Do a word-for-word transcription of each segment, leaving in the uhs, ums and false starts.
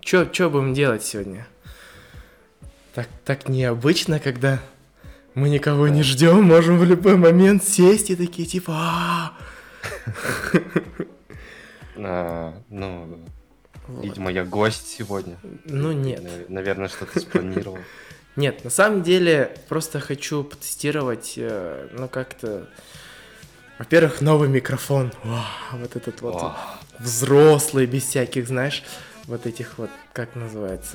Чё, чё будем делать сегодня? Так, так необычно, когда мы никого не ждем, можем в любой момент сесть и такие типа. А, ну, видимо, я гость сегодня. Ну Ты, нет. Наверное, что-то спланировал. Нет, на самом деле просто хочу потестировать, э, ну как-то. Во-первых, новый микрофон. Вау, вот этот вот О. взрослый, без всяких, знаешь, вот этих вот, как называется,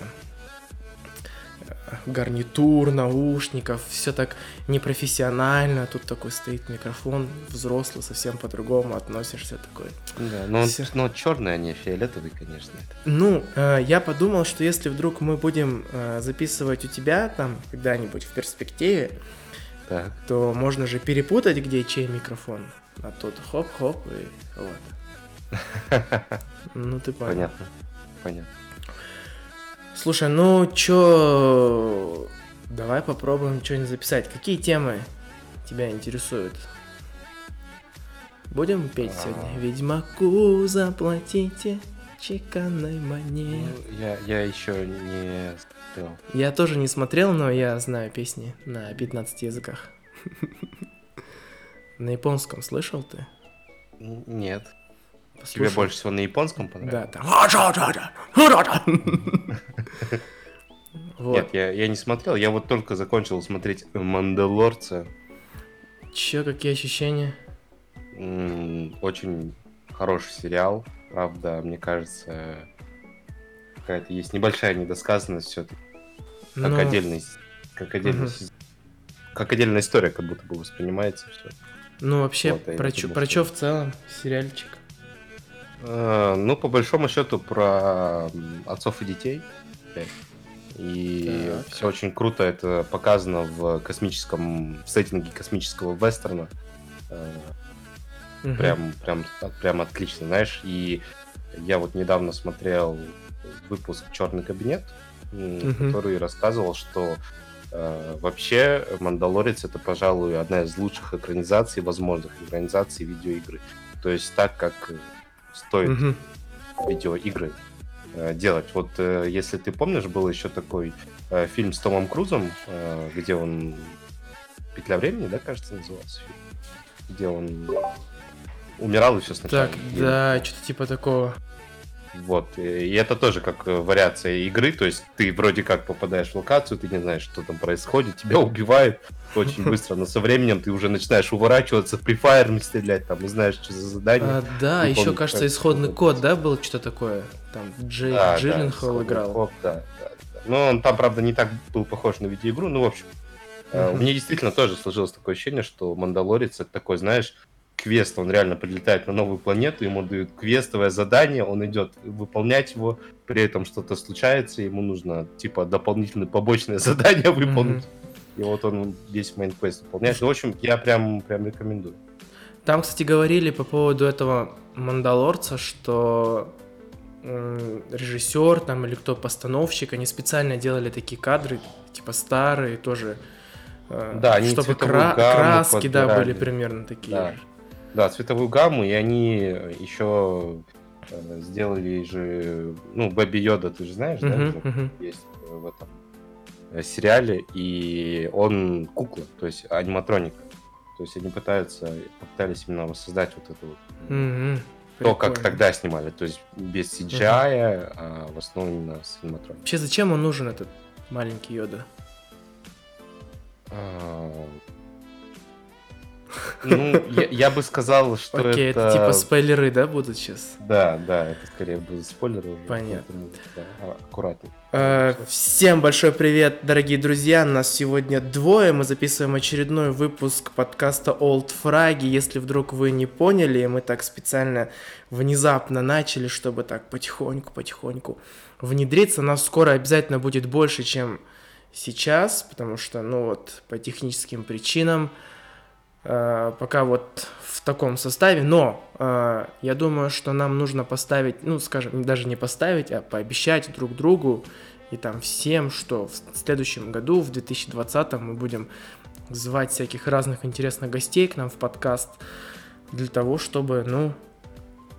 гарнитур, наушников, все так непрофессионально. Тут такой стоит микрофон, взрослый, совсем по-другому относишься такой. Да, но он, Всё. но черный, а не фиолетовый, конечно. Это. Ну, э, я подумал, что если вдруг мы будем э, записывать у тебя там когда-нибудь в перспективе, Так. то можно же перепутать, где чей микрофон. А тут хоп-хоп и вот. Ну, ты понял. Понятно, понятно. Слушай, ну чё, давай попробуем что-нибудь записать. Какие темы тебя интересуют? Будем петь А. сегодня? Ведьмаку заплатите чеканной монетой. Ну, я, я еще не смотрел. Я тоже не смотрел, но я знаю песни на пятнадцати языках. На японском слышал ты? Н- Нет. Тебе Послушай. больше всего на японском понравилось? Да, там. Вот. Нет, я, я не смотрел. Я вот только закончил смотреть «Мандалорца». Чё, какие ощущения? М, Очень хороший сериал. Правда, мне кажется, какая-то есть небольшая недосказанность все-таки. Как Ну, отдельный, с- как отдельный, Мгм. сезон. Как отдельная история, как будто бы воспринимается все. ну вообще, Вот, а я про чё, думал, про что- чё в целом сериальчик? Ну, по большому счету, про м, отцов и детей. опять. И Так. все очень круто это показано в космическом, в сеттинге космического вестерна. Э, Мгм. Прям, прям, прям отлично, знаешь. И я вот недавно смотрел выпуск «Черный кабинет», м, Мгм. который рассказывал, что э, вообще «Мандалорец» — это, пожалуй, одна из лучших экранизаций, возможных экранизаций видеоигры. То есть так, как э, стоит Мгм. видеоигры э, делать. Вот э, если ты помнишь, был еще такой э, фильм с Томом Крузом, э, где он «Петля времени», да, кажется, назывался фильм? Где он умирал еще сначала. Так, И- да, что-то типа такого. Вот. И это тоже как э, вариация игры, то есть ты вроде как попадаешь в локацию, ты не знаешь, что там происходит, тебя убивают очень быстро, но со временем ты уже начинаешь уворачиваться, при фаерами стрелять, там, не знаешь, что за задание. А, да, выполнить, еще, кажется, как- исходный как- код, да, был что-то такое? Там Джейк Да, да, Джилленхол исходный играл. код, да, да, да. Но он там, правда, не так был похож на видеоигру, ну, в общем. э, У Мгм. меня действительно тоже сложилось такое ощущение, что «Мандалорец» — это такой, знаешь, квест, он реально прилетает на новую планету, ему дают квестовое задание, он идет выполнять его, при этом что-то случается, ему нужно, типа, дополнительное побочное задание выполнить. И вот он весь мейн-квест выполняет. В общем, я прям, прям рекомендую. Там, кстати, говорили по поводу этого Мандалорца, что м, режиссер там или кто постановщик, они специально делали такие кадры, типа старые тоже, э, Да, они чтобы цветовую кра- гамму краски, да, подбирали. были примерно такие Да. же. Да, цветовую гамму, и они еще э, сделали же, ну, Бэби Йода, ты же знаешь, да, Мгм, уже мгм. есть э, в этом э, сериале, и он кукла, то есть аниматроник. То есть они пытаются, попытались именно воссоздать вот это вот, Мгм. то, как Прикольно. тогда снимали, то есть без си джи ай, а в основном именно с аниматроникой. Вообще, зачем он нужен, этот маленький Йода? А, Ну, я, я бы сказал, что Окей, это... это... типа спойлеры, да, будут сейчас? Да, да, это скорее будут спойлеры уже. Понятно. поэтому, да, а- аккуратней. Э, Всем большой привет, дорогие друзья. Нас сегодня двое. Мы записываем очередной выпуск подкаста Old Fragi. Если вдруг вы не поняли, мы так специально внезапно начали, чтобы так потихоньку-потихоньку внедриться. Нас скоро обязательно будет больше, чем сейчас, потому что, ну вот, по техническим причинам э, пока вот в таком составе. Но э, я думаю, что нам нужно поставить, ну, скажем, даже не поставить, а пообещать друг другу и там всем, что в следующем году, в две тысячи двадцатом, мы будем звать всяких разных интересных гостей к нам в подкаст для того, чтобы, ну,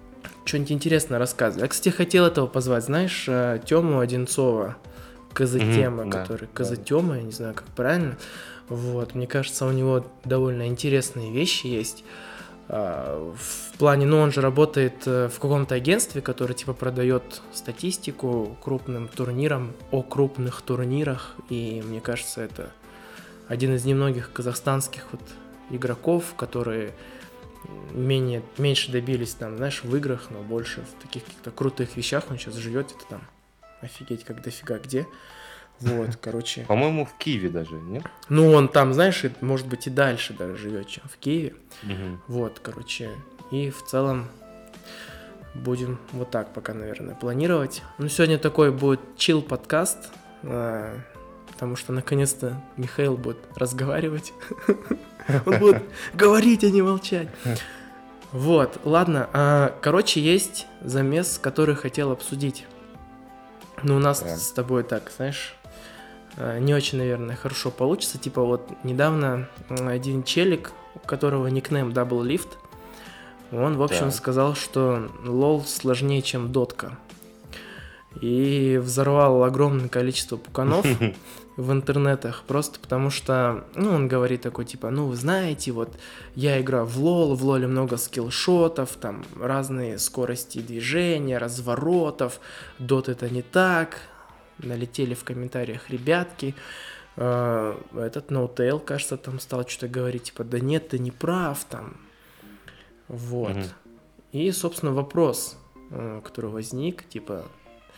что-нибудь интересное рассказывай. Я, кстати, хотел этого позвать, знаешь, Тему Одинцова, Казатема, Мгм, да, который... да. Казатема, я не знаю, как правильно. Вот, мне кажется, у него довольно интересные вещи есть. А, В плане, ну, он же работает э, в каком-то агентстве, которое, типа, продает статистику крупным турнирам, о крупных турнирах, и мне кажется, это один из немногих казахстанских вот игроков, которые менее, меньше добились там, знаешь, в играх, но больше в таких каких-то крутых вещах. Он сейчас живет, это там офигеть как дофига где. Вот, короче. По-моему, в Киеве даже, нет? Ну, он там, знаешь, и, может быть, и дальше даже живет, чем в Киеве. Мгм. Вот, короче. И в целом будем вот так пока, наверное, планировать. Ну, сегодня такой будет чил-подкаст, а, потому что наконец-то Михаил будет разговаривать. Он будет говорить, а не молчать. Вот, ладно. а, Короче, есть замес, который хотел обсудить. Ну, у нас Так. с тобой так, знаешь, а, не очень, наверное, хорошо получится. Типа вот недавно м, один челик, у которого никнейм Double Lift, он, в общем, Так. сказал, что лол сложнее, чем дотка. И взорвал огромное количество пуканов в интернетах, просто потому что, ну, он говорит такой, типа, ну, вы знаете, вот, я играю в лол, в лоле много скиллшотов, там, разные скорости движения, разворотов, дот это не так, налетели в комментариях ребятки, Э, этот NoTail, кажется, там стал что-то говорить, типа, да нет, ты не прав, там, вот. Мгм. И, собственно, вопрос, э, который возник, типа,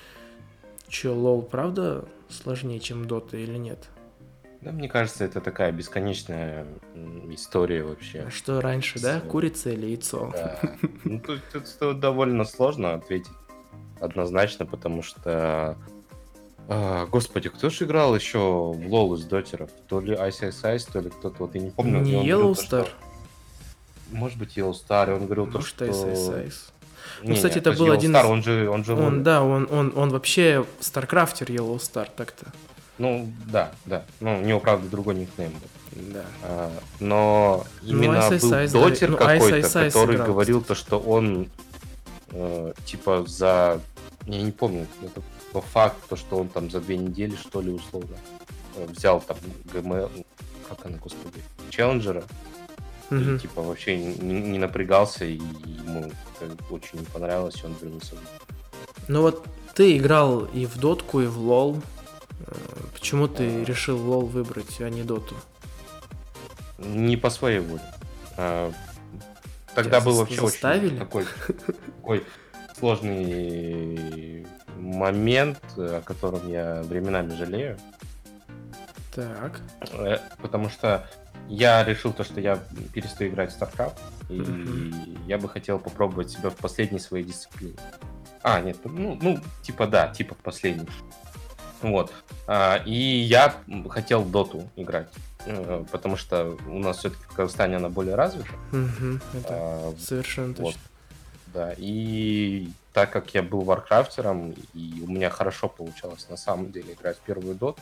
чё, лол, правда сложнее, чем дота или нет? Да, мне кажется, это такая бесконечная м, история вообще. А что раньше, да, С- курица или яйцо? Да. Ну, тут, тут- тут довольно сложно ответить однозначно, потому что... а, господи, кто же играл еще в лол из дотеров? То ли Ice Ice Ice, то ли кто-то, вот я не помню. и Не он говорил то, Yellowstar? что- Может быть, Yellowstar, и он говорил то, Может, что... Ice Ice Ice. Ну, Не, кстати, не, это подожди, был один Yellowstar, из... он же, он же в Он, лоле. да, он, он, он вообще старкрафтер Yellowstar, так-то. Ну, да, да. Ну, у него, правда, другой никнейм был. Да. А, но Ну, именно Ice Ice был Ice, да, дотер ну, Ice какой-то, Ice Ice который играл, говорил кстати. то, что он э, типа за... Я не помню, это по факту, то, что он там за две недели, что ли, условно, э, взял там ГМЛ, как она, господи, челленджера, Мгм. и типа вообще не, не напрягался, и ему это очень не понравилось, и он вернулся. Ну вот ты играл и в дотку, и в лол. Э, Почему ты А. решил лол выбрать, а не доту? Не по своей воле. А, тогда Тебя был зас- вообще заставили? очень такой, такой сложный момент, о котором я временами жалею. Так. Э, Потому что я решил то, что я перестаю играть в StarCraft, и Мгм. я бы хотел попробовать себя в последней своей дисциплине. А, нет, ну, ну типа да, типа в последней. Вот. А, и я хотел в доту играть, э, потому что у нас все-таки в Казахстане она более развита. Мгм. Это А, совершенно вот, точно. да. И так как я был варкрафтером, и у меня хорошо получалось на самом деле играть в первую доту,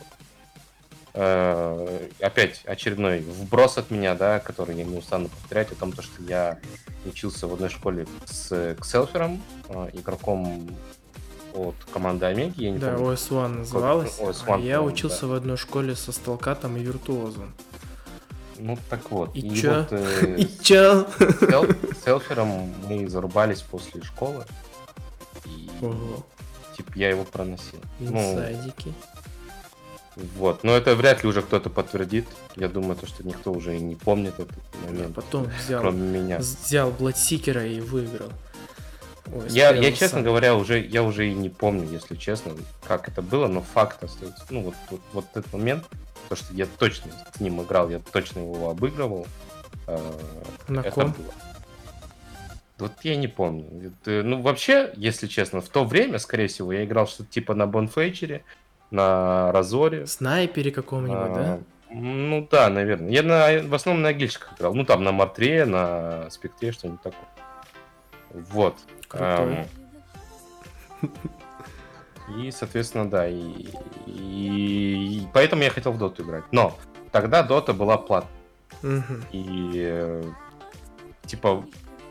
э, опять очередной вброс от меня, да, который я не устану повторять, о том, то, что я учился в одной школе с Кселфером, э, игроком от команды Омеги, я не Да, помню. о эс один называлась. о эс А один, я по-моему, учился да. в одной школе со Сталкатом и Виртуозом. Ну так вот. И чё? вот э, И чё? с Сел- с Селфером мы зарубались после школы. И Ого, типа я его проносил. Ну, инсайдики. вот. Но это вряд ли уже кто-то подтвердит. Я думаю, то, что никто уже и не помнит этот А момент, потом взял, кроме меня. взял Бладсикера и выиграл. Ой, Я, спрятал я, честно сам. говоря, уже я уже и не помню, если честно, как это было, но факт остается. Ну, вот, вот, вот этот момент, то, что я точно с ним играл, я точно его обыгрывал. э, На это ком? было. Вот я не помню. Это, ну, вообще, если честно, в то время, скорее всего, я играл что-то типа на Бонфейчере, на Разоре. Снайпере каком-нибудь, да? А, ну да, наверное. Я на, в основном на агильщиках играл. Ну там на Мартре, на Спектре, что-нибудь такое. Вот. Крутой. Ам, И, соответственно, да. И, и- и поэтому я хотел в доту играть. Но тогда дота была платной. Мгм. И э, типа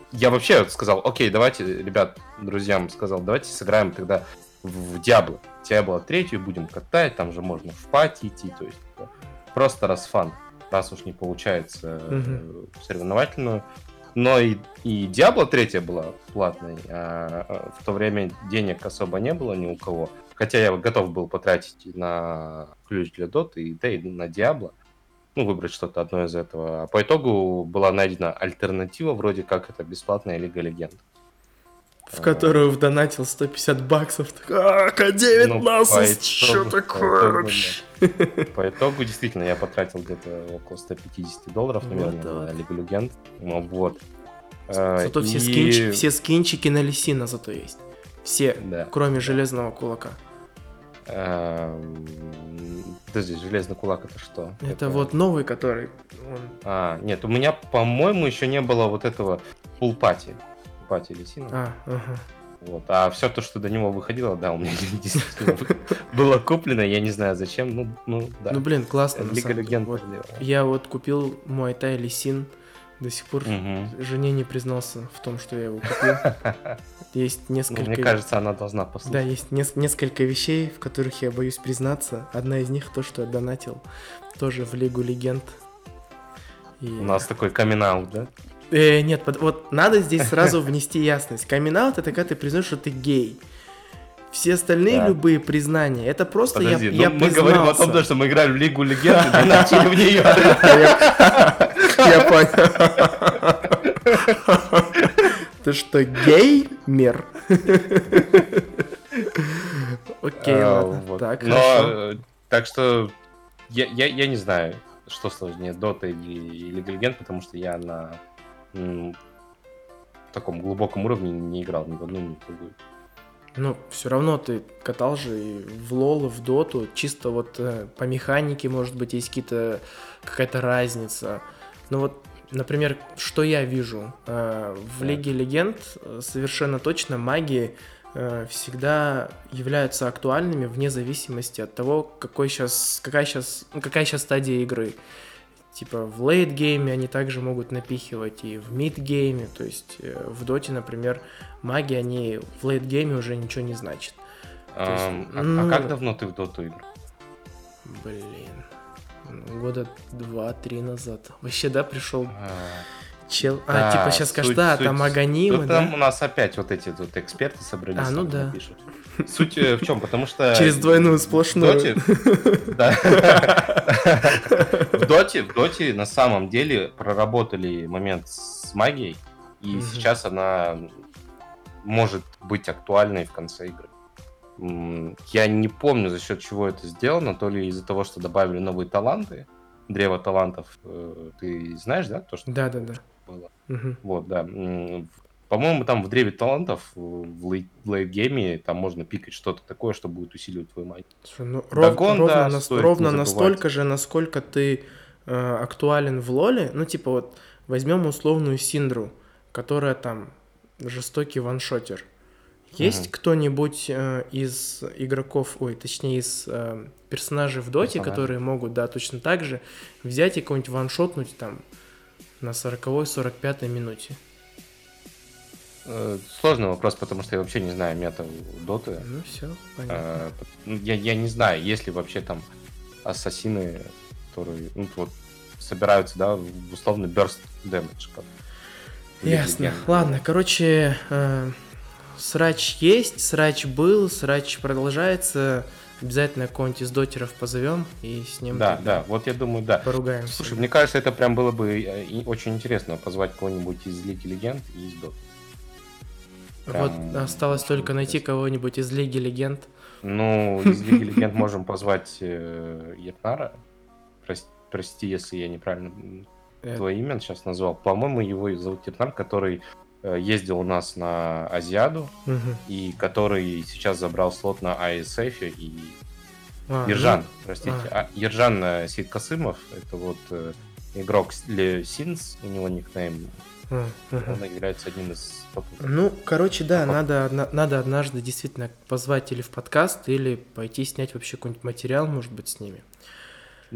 я вообще вот сказал, окей, давайте, ребят, друзьям сказал, давайте сыграем тогда в Diablo. Diablo три будем катать, там же можно в пати идти, то есть просто раз фан, раз уж не получается Мгм. в соревновательную. Но и, и Diablo три была платной, а в то время денег особо не было ни у кого. Хотя я готов был потратить и на ключ для Dota, и, да, и на Diablo. Ну, выбрать что-то одно из этого. А по итогу была найдена альтернатива, вроде как это бесплатная Лига Легенд. В которую вдонатил сто пятьдесят баксов. Так, а, К девять Ну, насос, по что итогу- такое по итогу, вообще? По итогу, действительно, я потратил где-то около сто пятьдесят долларов, наверное, Вот, вот. на Лигу Легенд. Ну, вот. А, Зато все, и- скинчики, все скинчики на Лисина зато есть. Все, Да. кроме железного кулака. Эм, Подожди, железный кулак это что? Это вот новый, который... он- А, нет, у меня, по-моему, еще не было вот этого пул-пати. Пати Лисина. А, ага. Вот. А все то, что до него выходило, да, у меня действительно было куплено, я не знаю зачем, ну, ну да. Ну, блин, классно, на Лига самом деле. Легенд. Вот сделала. я вот купил мой Тай Лисин. До сих пор Мгм. жене не признался в том, что я его купил. Есть Ну, несколько... мне кажется, она должна Да, послушать. есть нес- несколько вещей, в которых я боюсь признаться. Одна из них то, что я донатил тоже в Лигу Легенд. И... У нас такой камин-аут, да? Э, нет, под- вот надо здесь сразу внести ясность. Камин-аут — это когда ты признаешь, что ты гей. Все остальные Да. любые признания, это просто я, Подожди, я ну, мы говорим о том, признался. да, что мы играли в Лигу Легенд и донатили в нее. Я понял. Ты что, геймер? Окей, А, ладно. вот. Так, Но, хорошо. э, так что я, я, я не знаю, что сложнее, Dota или Лига Легенд, потому что я на м, таком глубоком уровне не играл ни в одну, ни в другую. Ну, все равно ты катал же и в лол, и в доту. Чисто вот э, по механике, может быть, есть какие-то, какая-то разница. Ну вот, например, что я вижу? Э, в Да. Лиге Легенд э, совершенно точно магии э, всегда являются актуальными вне зависимости от того, какой щас, какая сейчас, ну, какая сейчас стадия игры. Типа в лейт-гейме они также могут напихивать и в мид-гейме, то есть э, в доте, например, маги, они в лейт-гейме уже ничего не значат. есть, Ам, а, ну- а как давно ты в Доту играл? Блин, ну, года два-три назад. Вообще, да, пришел А, чел... да, А, типа сейчас суть- скажешь, да, суть- там аганимы, Ну, да? там у нас опять вот эти вот эксперты собрались. А, ну там да. напишут. Суть э, в чем? Потому что... Через двойную в сплошную. Доте... Да. В Доте, в Доте на самом деле проработали момент с магией, и Мгм. сейчас она может быть актуальной в конце игры. М, Я не помню, за счет чего это сделано, то ли из-за того, что добавили новые таланты, древо талантов. э, Ты знаешь, да, то, что Да-да-да. было? Мгм. Вот, да. М, По-моему, там в древе талантов, э, в лей- лейт-гейме, там можно пикать что-то такое, что будет усиливать твою магию. Слушай, ну, ров- Дагон, ровно, да, нас- стоит ровно не забывать. настолько же, насколько ты э, актуален в лоле. Ну, типа вот, возьмем условную Синдру, которая там жестокий ваншотер. Есть Мгм. кто-нибудь э, из игроков, ой, точнее, из э, персонажей в доте, Персонажей. которые могут, да, точно так же взять и кого-нибудь ваншотнуть там на сороковой-сорок пятой минуте? Э, Сложный вопрос, потому что я вообще не знаю мета доты. Ну, все, понятно. Э, ну, Я, я не знаю, есть ли вообще там ассасины, которые ну, вот, собираются, да, в условный burst damage. Как в Лиге Ясно. Легенд. Ладно, короче, э, срач есть, срач был, срач продолжается. Обязательно кого-нибудь из дотеров позовем и с ним Да, тогда да, вот я думаю, да. поругаемся. Слушай, мне кажется, это прям было бы э, и очень интересно позвать кого-нибудь из Лиги Легенд и из Доты. Вот прям осталось очень только найти интересно. кого-нибудь из Лиги Легенд. Ну, из Лиги Легенд можем позвать э, Ятнара. Прос- Прости, если я неправильно м, Э, твое имя сейчас назвал. По-моему, его зовут Ятнар, который э, ездил у нас на Азиаду мгм. и который сейчас забрал слот на ай эс эф и А, Ержан, ну, простите. А, Ержан э, Сид Касымов, это вот э, игрок Ле Синс, у него никнейм, а, ага. он является одним из топов. Ну, короче, да, А, надо, одна- надо однажды действительно позвать или в подкаст, или пойти снять вообще какой-нибудь материал, может быть, с ними. Да.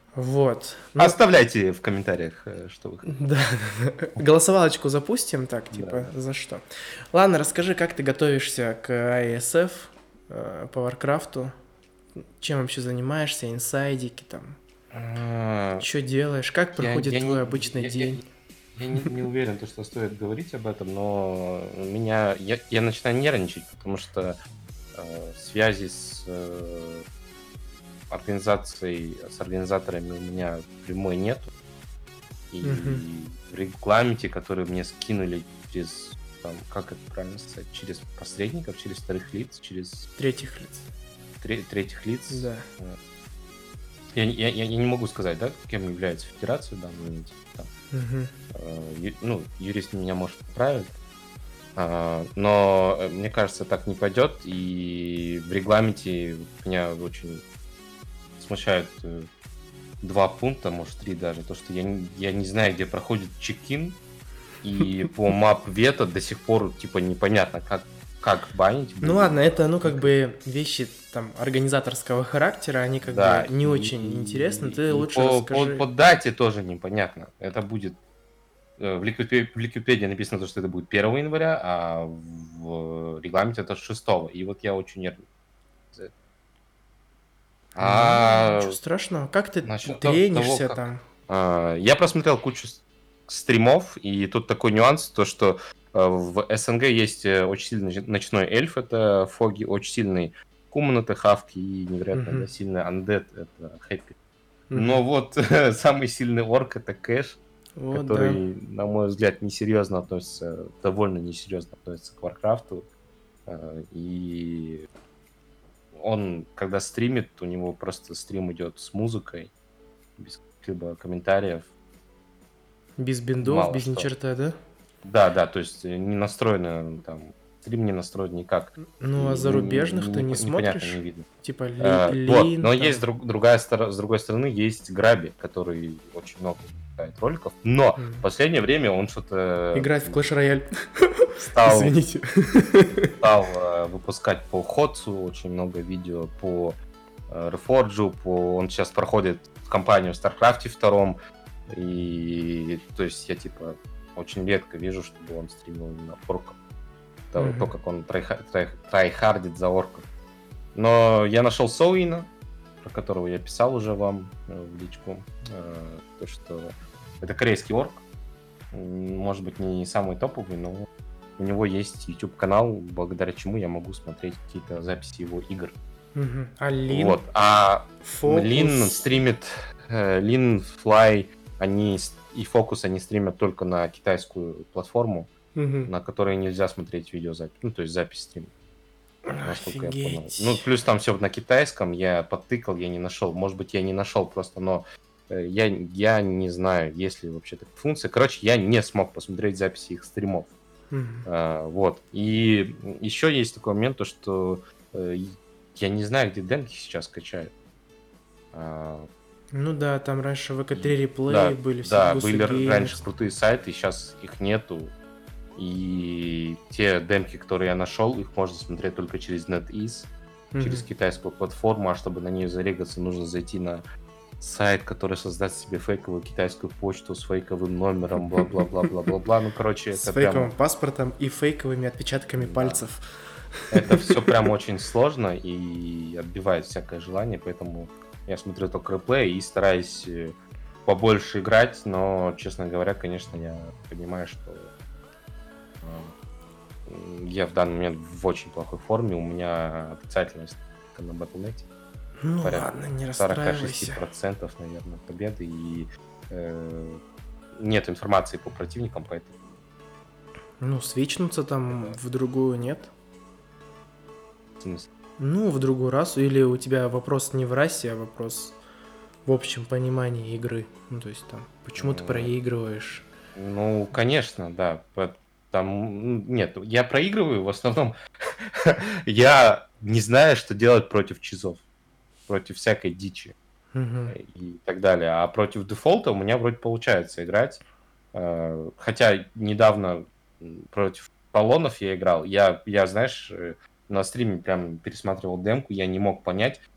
Вот. Ну, Оставляйте в комментариях, э, что вы хотите. да, голосовалочку запустим, так, типа, Да. за что. Ладно, расскажи, как ты готовишься к ай эс эф э, по Варкрафту? Чем вообще занимаешься, инсайдики там? А, Что делаешь? Как Я, проходит я твой не, обычный я, я- день? я не, не уверен, то, что стоит говорить об этом, но меня, я, я начинаю нервничать, потому что э, связи с э, организацией, с организаторами у меня прямой нету. И Мгм. в регламенте, который мне скинули через, там, как это правильно сказать, через посредников, через вторых лиц, через Третьих лиц. тре- третьих лиц. Да. э, Я, не- я, я не могу сказать, да, кем является федерация в данном моменте. Там, Мгм. э, ю- ну, юрист меня может поправить. А, но э, мне кажется, так не пойдет. И в регламенте меня очень смущают э, два пункта, может, три даже. То, что я, не- я не знаю, где проходит чекин. И по map вето до сих пор, типа, непонятно, как, как банить Ну будет. ладно, это, ну, как бы вещи там организаторского характера, они как Да, бы не и, очень интересны. Ты и лучше по, по, расскажи. по дате тоже непонятно. Это будет... э, В Википедии, в Википедии написано, то, что это будет первого января, а в регламенте это шестого. И вот я очень нервничаю за это. Ну, ничего А страшного. Как ты насчет то- того, тренишься как... там? а, я просмотрел кучу с- стримов, и тут такой нюанс, то что э, в СНГ есть э, очень сильный ж- ночной эльф, это Фоги, очень сильный Куман, это Хавки, и невероятно да, Мгм. сильный Андед, это Хэппи. Мгм. Но вот самый сильный орк это Кэш, Вот, да. который, на мой взгляд, несерьезно относится, довольно несерьезно относится к Варкрафту. Э, И он, когда стримит, у него просто стрим идет с музыкой, без каких-либо комментариев, Без биндов, мало без ни что. черта, да? Да, да, то есть э, не настроено там, стрим не настроен никак. Ну, а И не- зарубежных ты не- не непонятно, не смотришь? видно. Типа Ли- Э, вот, Лин но там. есть друг- другая сторона, с другой стороны, есть Граби, который очень много выпускает роликов, но М. в последнее время он что-то Играть в Clash Royale. стал, Извините. стал э, выпускать по Ходсу очень много видео, по э, Reforge, по... он сейчас проходит кампанию в StarCraft втором, и то есть я типа очень редко вижу, чтобы он стримил именно орков. То, Мгм. то, как он трайха- трай- трайхардит за орков. Но я нашел Соуина, про которого я писал уже вам э, в личку, э, то, что это корейский орк, М, может быть, не самый топовый, но у него есть YouTube-канал, благодаря чему я могу смотреть какие-то записи его игр. Мгм. А Лин? Вот. А Лин Фокус? стримит, э, Лин, Флай, они с- и Фокус, они стримят только на китайскую платформу, Мгм. на которой нельзя смотреть видеозапись, ну, то есть запись стрима, насколько я понял. Офигеть. Ну, плюс там все на китайском, я подтыкал, я не нашел. Может быть, я не нашел просто, но э, я, я не знаю, есть ли вообще такая функция. Короче, я не смог посмотреть записи их стримов. Мгм. А, вот. И еще есть такой момент, то, что э, я не знаю, где демки сейчас качают. А, Ну да, там раньше в ВК три и- реплей да, были, все да, бусы были р- геймерс. раньше крутые сайты, сейчас их нету. И те демки, которые я нашел, их можно смотреть только через NetEase, через Мгм. китайскую платформу, а чтобы на нее зарегаться, нужно зайти на сайт, который создаст себе фейковую китайскую почту с фейковым номером, бла-бла-бла-бла-бла-бла. Ну, короче, С это фейковым прям... паспортом и фейковыми отпечатками Да. пальцев. Это все прям очень сложно и отбивает всякое желание, поэтому я смотрю только реплей и стараюсь э, побольше играть, но, честно говоря, конечно, я понимаю, что э, м, я в данный момент в очень плохой форме, у меня отрицательность на батл точка нет, Ну порядка ладно, не сорок шесть расстраивайся. процентов, наверное, победы, и э, нет информации по противникам, поэтому Ну, свичнуться там это в другую нет? в смысле, Ну, в другую расу. Или у тебя вопрос не в расе, а вопрос в общем понимании игры. Ну, то есть там, почему ты м, проигрываешь? ну, конечно, да. по- Там, м, нет, я проигрываю в основном. Я не знаю, что делать против чизов, против всякой дичи Мгм. э, и так далее. А против дефолта у меня вроде получается играть. Э, Хотя недавно м, против полонов я играл. Я, я, знаешь, э, на стриме прям пересматривал демку, я не мог понять,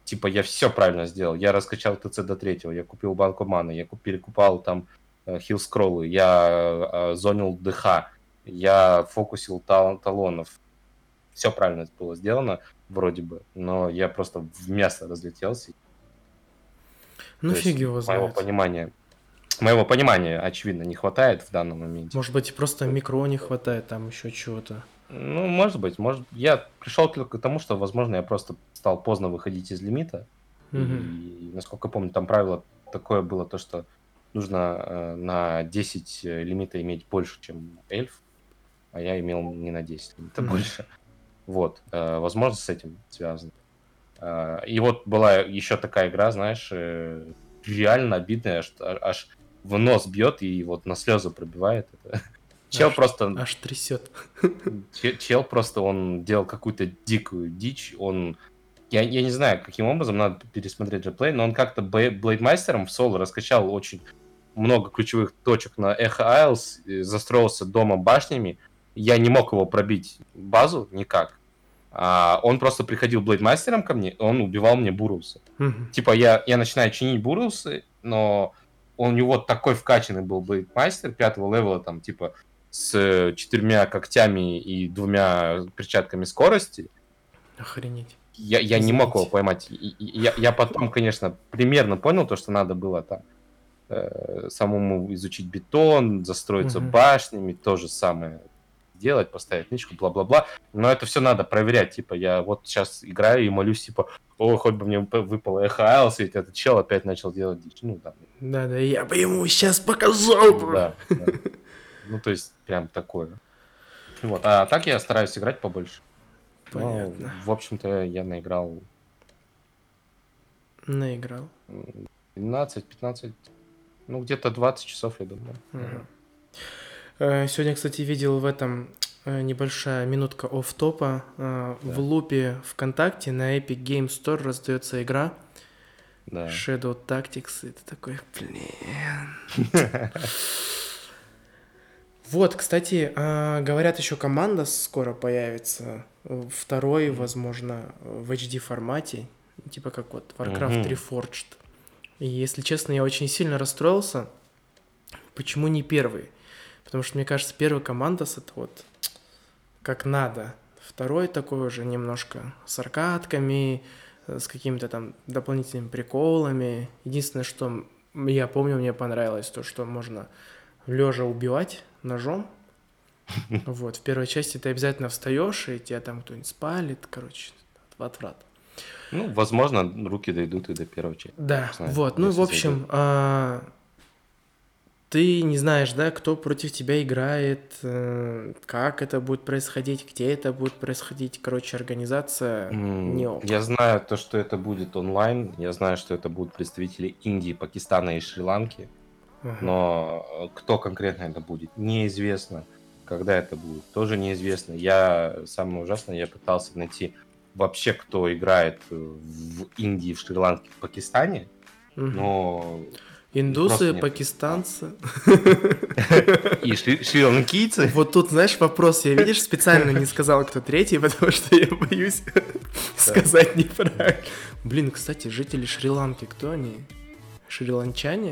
типа, я все правильно сделал. Я раскачал ТЦ до третьего, я купил банку маны, я куп- перекупал там хилл-скроллы, я э, зонил ДХ, я фокусил тал- талонов. Все правильно было сделано, вроде бы, но я просто в мясо разлетелся. Ну, То фиг есть его моего знает. понимания, моего понимания, очевидно, не хватает в данном моменте. Может быть, и просто микро не хватает, там еще чего-то. Ну, может быть, может. Я пришел только к тому, что, возможно, я просто стал поздно выходить из лимита. Мгм. И, насколько помню, там правило такое было, то, что нужно э, на десять э, лимита иметь больше, чем эльф, а я имел не на десять лимита Мгм. больше. Вот, э, возможно, с этим связано. Э, и вот была еще такая игра, знаешь, э, реально обидная, что аж в нос бьет и вот на слезы пробивает. Это. Чел Аж, просто аж трясет. Че- Чел просто, он делал какую-то дикую дичь, он... Я, я не знаю, каким образом, надо пересмотреть реплей, но он как-то Б- Блейдмастером в соло раскачал очень много ключевых точек на Эхо Айлс, и застроился дома башнями. Я не мог его пробить базу никак. А он просто приходил Блейдмастером ко мне, и он убивал мне Буруса. Мгм. Типа я, я начинаю чинить Бурусы, но у него такой вкачанный был Блейдмастер пятого левела, там, типа, с четырьмя когтями и двумя перчатками скорости. Охренеть. Я, я не мог его Извините. поймать. И- и- Я, я потом, конечно, примерно понял то, что надо было там э, самому изучить бетон, застроиться Мгм. башнями, то же самое делать, поставить нычку, бла-бла-бла. Но это все надо проверять. Типа, я вот сейчас играю и молюсь, типа, о, хоть бы мне вып- выпало эхо Айлс, ведь этот чел опять начал делать дичь. Ну, да, Да-да, я бы ему сейчас показал бы. да, да. Ну, то есть, прям такое. Вот. А так я стараюсь играть побольше. Но, Понятно. в общем-то, я наиграл Наиграл. двенадцать-пятнадцать, ну, где-то двадцать часов, я думаю. Мгм. Э, Сегодня, кстати, видел в этом э, небольшая минутка офф-топа. Э, В Да, лупе ВКонтакте на Epic Game Store раздается игра да. Shadow Tactics. И ты такой, блин. Вот, кстати, а, говорят, еще команда скоро появится. э, Второй, возможно, в эйч ди формате. Типа как вот Warcraft Мгм. Reforged. И, если честно, я очень сильно расстроился. Почему не первый? Потому что, мне кажется, первый командос это вот как надо. Второй такой уже немножко с аркадками, э, с какими-то там дополнительными приколами. Единственное, что м- я помню, мне понравилось, то, что можно лежа убивать ножом. Вот, в первой части ты обязательно встаешь, и тебя там кто-нибудь спалит, короче, отврат. Ну, возможно, руки дойдут и до первой части. Да, Не знаю, вот, ну, в если зайдет. общем, а, ты не знаешь, да, кто против тебя играет, э, как это будет происходить, где это будет происходить. Короче, организация не М, ок. Я знаю то, что это будет онлайн. Я знаю, что это будут представители Индии, Пакистана и Шри-Ланки. Ага. Но э, кто конкретно это будет, неизвестно. Когда это будет, тоже неизвестно. Я, самое ужасное, я пытался найти вообще, кто играет э, в Индии, в Шри-Ланке, в Пакистане, Мгм. но просто Индусы, нет. А. пакистанцы. И шри- шри-ланкийцы. Вот тут, знаешь, вопрос. Я, видишь, специально не сказал, кто третий, потому что я боюсь Да. сказать неправильно. Блин, кстати, жители Шри-Ланки, кто они? Шри-ланчане?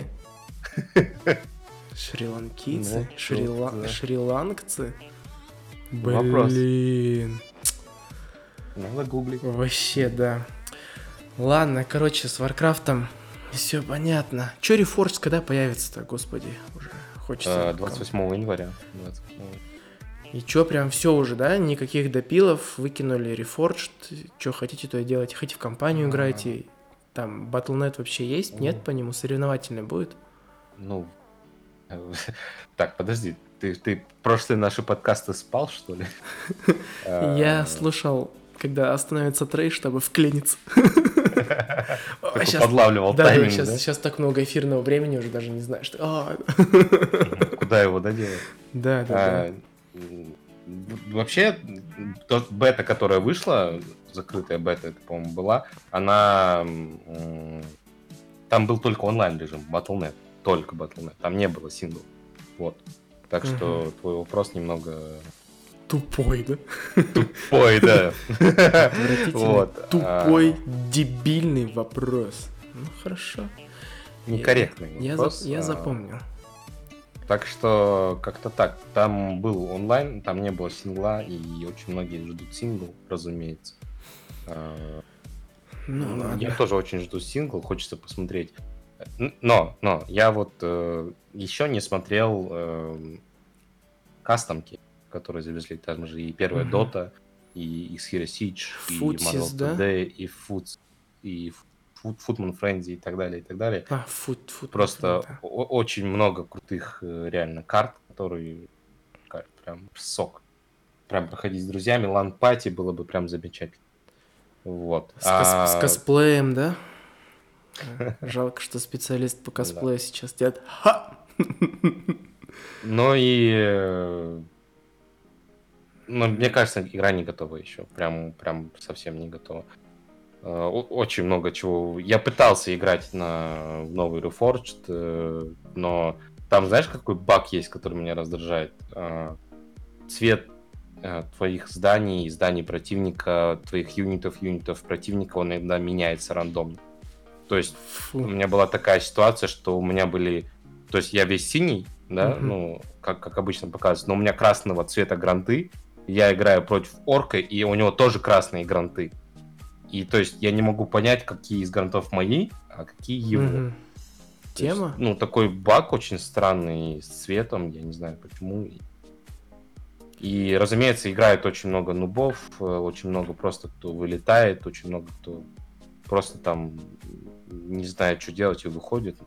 Шри-ланкийцы? Ну, Шри-ла- тут, да. Шри-ланкцы? Вопрос. Блин. Надо гуглить. Вообще, да. Ладно, короче, с Варкрафтом все понятно. Че Reforged когда появится-то, господи, уже хочется. Э, двадцать восьмого января. двадцать восьмого. И чё, прям все уже, да? Никаких допилов, выкинули Reforged. Что хотите, то и делайте. Хотите в компанию А. играйте. Там батл точка нет вообще есть? Нет по нему? Соревновательный будет? Ну, э, так, подожди. Ты, ты прошлые наши подкасты спал, что ли? Я Э, слушал, когда остановится трей, чтобы вклиниться. А, Такой щас- подлавливал Да, да, тайминг, сейчас, да? сейчас так много эфирного времени, уже даже не знаю, что... А, Мгм. Куда его доделать? Да, да, да. А, м, в- Вообще, м, тот бета, которая вышла, закрытая бета, это, по-моему, была, она... м, Там был только онлайн режим, батл точка нет. Только батл точка нет. Там не было сингл. Вот. Так что твой вопрос немного Тупой, да? Тупой, да. Отвратительный, Вот. тупой, дебильный вопрос. Ну, хорошо. Некорректный Я, вопрос. я, за, я а, запомнил. Так что как-то так. Там был онлайн, там не было сингла, и очень многие ждут сингл, разумеется. А, Ну, ладно. Я тоже очень жду сингл, хочется посмотреть. Н- Но, но, я вот э, еще не смотрел э, кастомки, которые завезли. Там же и первая Мгм. Dota, и X-Hero Siege, и Footsies, Marvel да? Today, и Foots, и Foot- Footman Frenzy и так далее, и так далее. А, фут, фут. Просто да. о- очень много крутых э, реально карт, которые ка- прям сок. Прям проходить с друзьями, лан-пати было бы прям замечательно. Вот. С, кос- с А, косплеем, да? А, Жалко, что специалист по да. косплею сейчас делает. Ха! Ну и... э, Ну, мне кажется, игра не готова еще. Прям, прям совсем не готова. Э, о- Очень много чего. Я пытался играть на в новый Reforged, э, но там, знаешь, какой баг есть, который меня раздражает? Э, Цвет э, твоих зданий, зданий противника, твоих юнитов, юнитов противника, он иногда меняется рандомно. То есть у Фу. меня была такая ситуация, что у меня были... То есть я весь синий, да, Мгм. ну, как, как обычно показывается, но у меня красного цвета гранты, я играю против орка, и у него тоже красные гранты. И то есть я не могу понять, какие из грантов мои, а какие его. Мгм. То есть, Тема? ну, такой баг очень странный с цветом, я не знаю почему. И, разумеется, играет очень много нубов, э, очень много просто кто вылетает, очень много кто просто там не знает, что делать и выходит.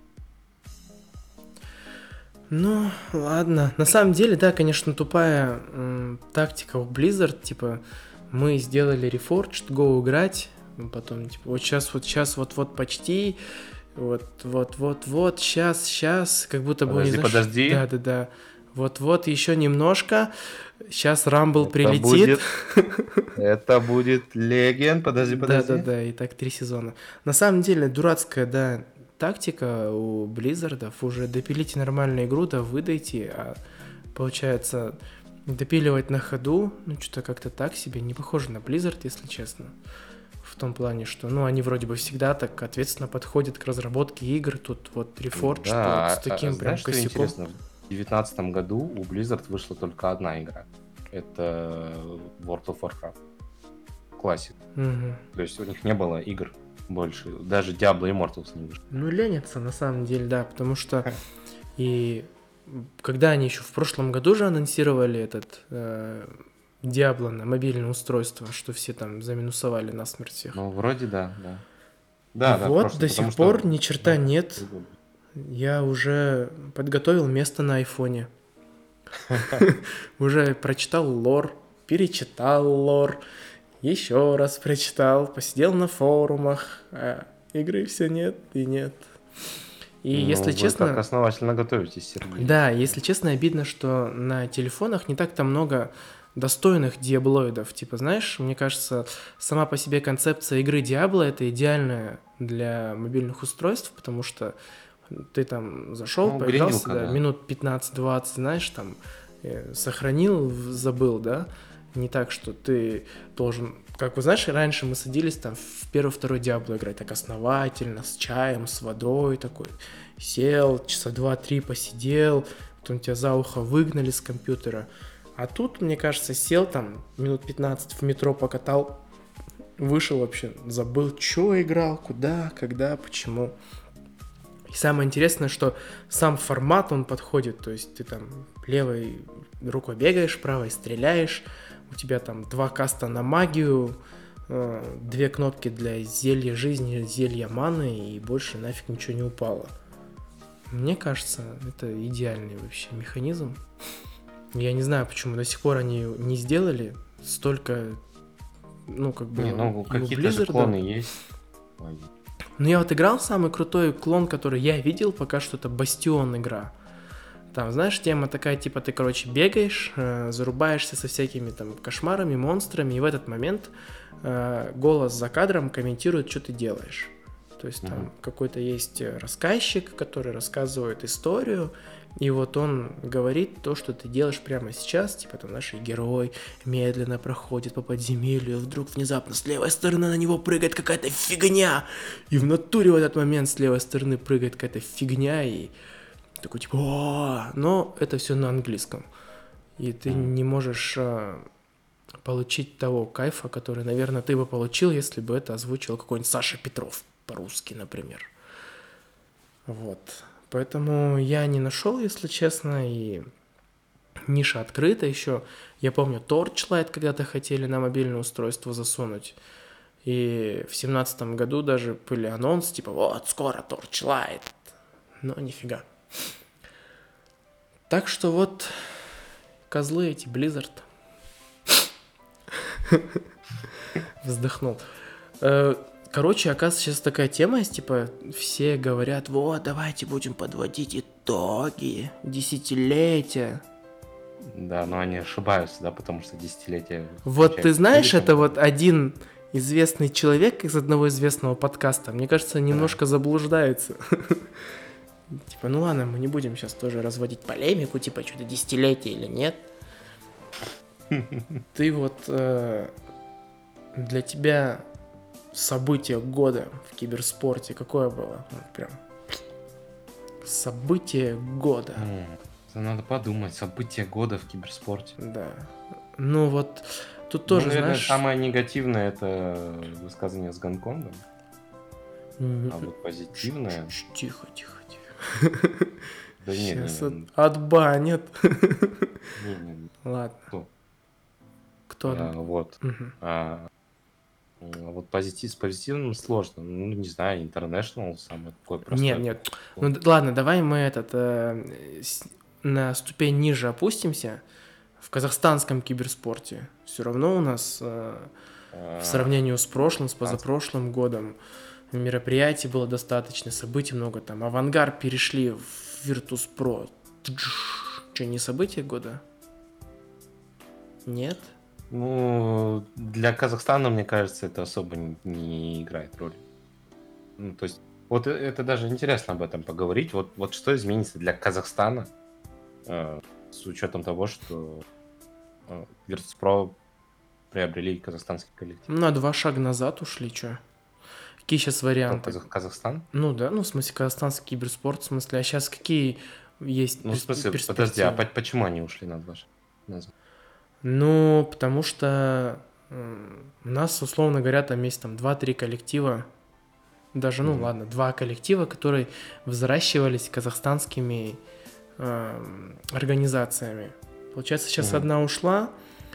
Ну, ладно. На самом деле, да, конечно, тупая м, тактика у Blizzard, типа, мы сделали Reforged, go играть, потом, типа, вот сейчас, вот сейчас, вот-вот почти, вот, вот-вот-вот, сейчас, сейчас, как будто бы, Подожди, не знаешь, подожди. да-да-да, вот-вот, еще немножко, сейчас Рамбл Это прилетит. будет, это будет Леген. Подожди, подожди. Да-да-да, и так три сезона. На самом деле, дурацкая, да, тактика у Близзардов. Уже допилите нормальную игру, да выдайте, а получается допиливать на ходу, ну, что-то как-то так себе, не похоже на Blizzard, если честно. В том плане, что, ну, они вроде бы всегда так ответственно подходят к разработке игр. Тут вот Reforged, Да, вот с а- а таким прям знаешь, что косяком. интересно? В две тысячи девятнадцатом году у Blizzard вышла только одна игра. Это World of Warcraft. Classic. Мгм. То есть у них не было игр больше. Даже Diablo Immortals не вышло. Ну, ленятся, на самом деле, да, потому что и когда они еще в прошлом году же анонсировали этот э, Diablo на мобильное устройство, что все там заминусовали насмерть всех. Ну, вроде да, да. Да, И да, вот прошлый, до потому сих что- пор ни черта Да, нет. прикольно. Я уже подготовил место на айфоне. Уже прочитал лор, перечитал лор, еще раз прочитал, посидел на форумах, а игры все нет и нет. И Ну, если вы честно... так основательно готовитесь, Сергей. Да, если честно, обидно, что на телефонах не так-то много достойных диаблоидов. Типа, знаешь, мне кажется, сама по себе концепция игры Diablo — это идеальная для мобильных устройств, потому что ты там зашел, Ну, поигрался, гринилка, да, да. минут пятнадцать-двадцать, знаешь, там, э, сохранил, в- забыл, да? Не так, что ты должен... Как вы знаешь, раньше мы садились там в первый-второй Диабло играть так основательно, с чаем, с водой такой. Сел, часа два-три посидел, потом тебя за ухо выгнали с компьютера. А тут, мне кажется, сел там минут пятнадцать в метро покатал, вышел вообще, забыл, что играл, куда, когда, почему. И самое интересное, что сам формат, он подходит, то есть ты там левой рукой бегаешь, правой стреляешь, у тебя там два каста на магию, э, две кнопки для зелья жизни, зелья маны, и больше нафиг ничего не упало. Мне кажется, это идеальный вообще механизм. Я не знаю, почему до сих пор они не сделали столько, ну, как бы... Не, ну, и у какие-то же Blizzard. клоны есть. Ой. Ну, я вот играл, самый крутой клон, который я видел, пока что это Бастион игра. Там, знаешь, тема такая, типа, ты, короче, бегаешь, э, зарубаешься со всякими там кошмарами, монстрами, и в этот момент э, голос за кадром комментирует, что ты делаешь. То есть там Мгм. какой-то есть рассказчик, который рассказывает историю, и вот он говорит то, что ты делаешь прямо сейчас, типа там наш герой медленно проходит по подземелью, и вдруг внезапно с левой стороны на него прыгает какая-то фигня, и в натуре в этот момент с левой стороны прыгает какая-то фигня, и такой типа «О!». Но это все на английском, и ты Мгм. не можешь а, получить того кайфа, который, наверное, ты бы получил, если бы это озвучил какой-нибудь Саша Петров по-русски, например. Вот. Поэтому я не нашел, если честно, и ниша открыта еще. Я помню, Torchlight когда-то хотели на мобильное устройство засунуть. И в семнадцатом году даже были анонсы, типа, вот, скоро Torchlight. Но нифига. Так что вот, козлы эти, Blizzard. Вздохнул. Э, Короче, оказывается, сейчас такая тема есть, типа, все говорят, вот, давайте будем подводить итоги десятилетия. Да, но они ошибаются, да, потому что десятилетия... Вот ты кончаются знаешь, кризисом. это вот один известный человек из одного известного подкаста, мне кажется, немножко заблуждается. Типа, ну ладно, мы не будем сейчас тоже разводить полемику, типа, что-то десятилетие или нет. Ты вот... э, Для тебя событие года в киберспорте какое было? Вот прям событие года. М, это надо подумать. События года в киберспорте. Да. Ну вот тут Ну, тоже, наверное, знаешь... самое негативное это высказывание с Гонконгом, м, а вот позитивное... ш- ш- Тихо, тихо, тихо. Да не, не, Сейчас не, отбанят. не, не, не, Ладно. Кто? Кто? А, отб- вот. Мгм. А, м, вот позитив, с позитивным сложно. Ну, не знаю, International самое такое простое. Нет, нет. Ну д- ладно, давай мы этот э, с- на ступень ниже опустимся. В казахстанском киберспорте все равно у нас э, А, в сравнении с прошлым, с казахстанском. позапрошлым годом мероприятий было достаточно, событий много там. Авангард перешли в Virtus.pro. Что, не событие года? Нет? Ну, для Казахстана, мне кажется, это особо не, не играет роли. Ну, то есть, вот э- это даже интересно об этом поговорить. Вот, вот что изменится для Казахстана э, с учетом того, что э, Virtus.pro приобрели казахстанский коллектив. На два шага назад ушли, что? Какие сейчас Кто, варианты? Казах- Казахстан? Ну да, ну в смысле казахстанский киберспорт, в смысле, а сейчас какие есть Ну, в перс- смысле, подожди, а перспективы? по- почему они ушли на два шага назад? Ну, потому что м, у нас, условно говоря, там есть там два-три коллектива, даже, ну Мгм. ладно, два коллектива, которые взращивались казахстанскими эм, организациями. Получается, сейчас Мгм. одна ушла,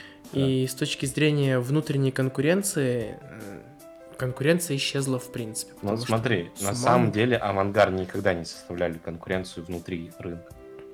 и с точки зрения внутренней конкуренции, э, конкуренция исчезла в принципе. Ну, потому что смотри, на Суман- самом деле Авангард никогда не составляли конкуренцию внутри рынка.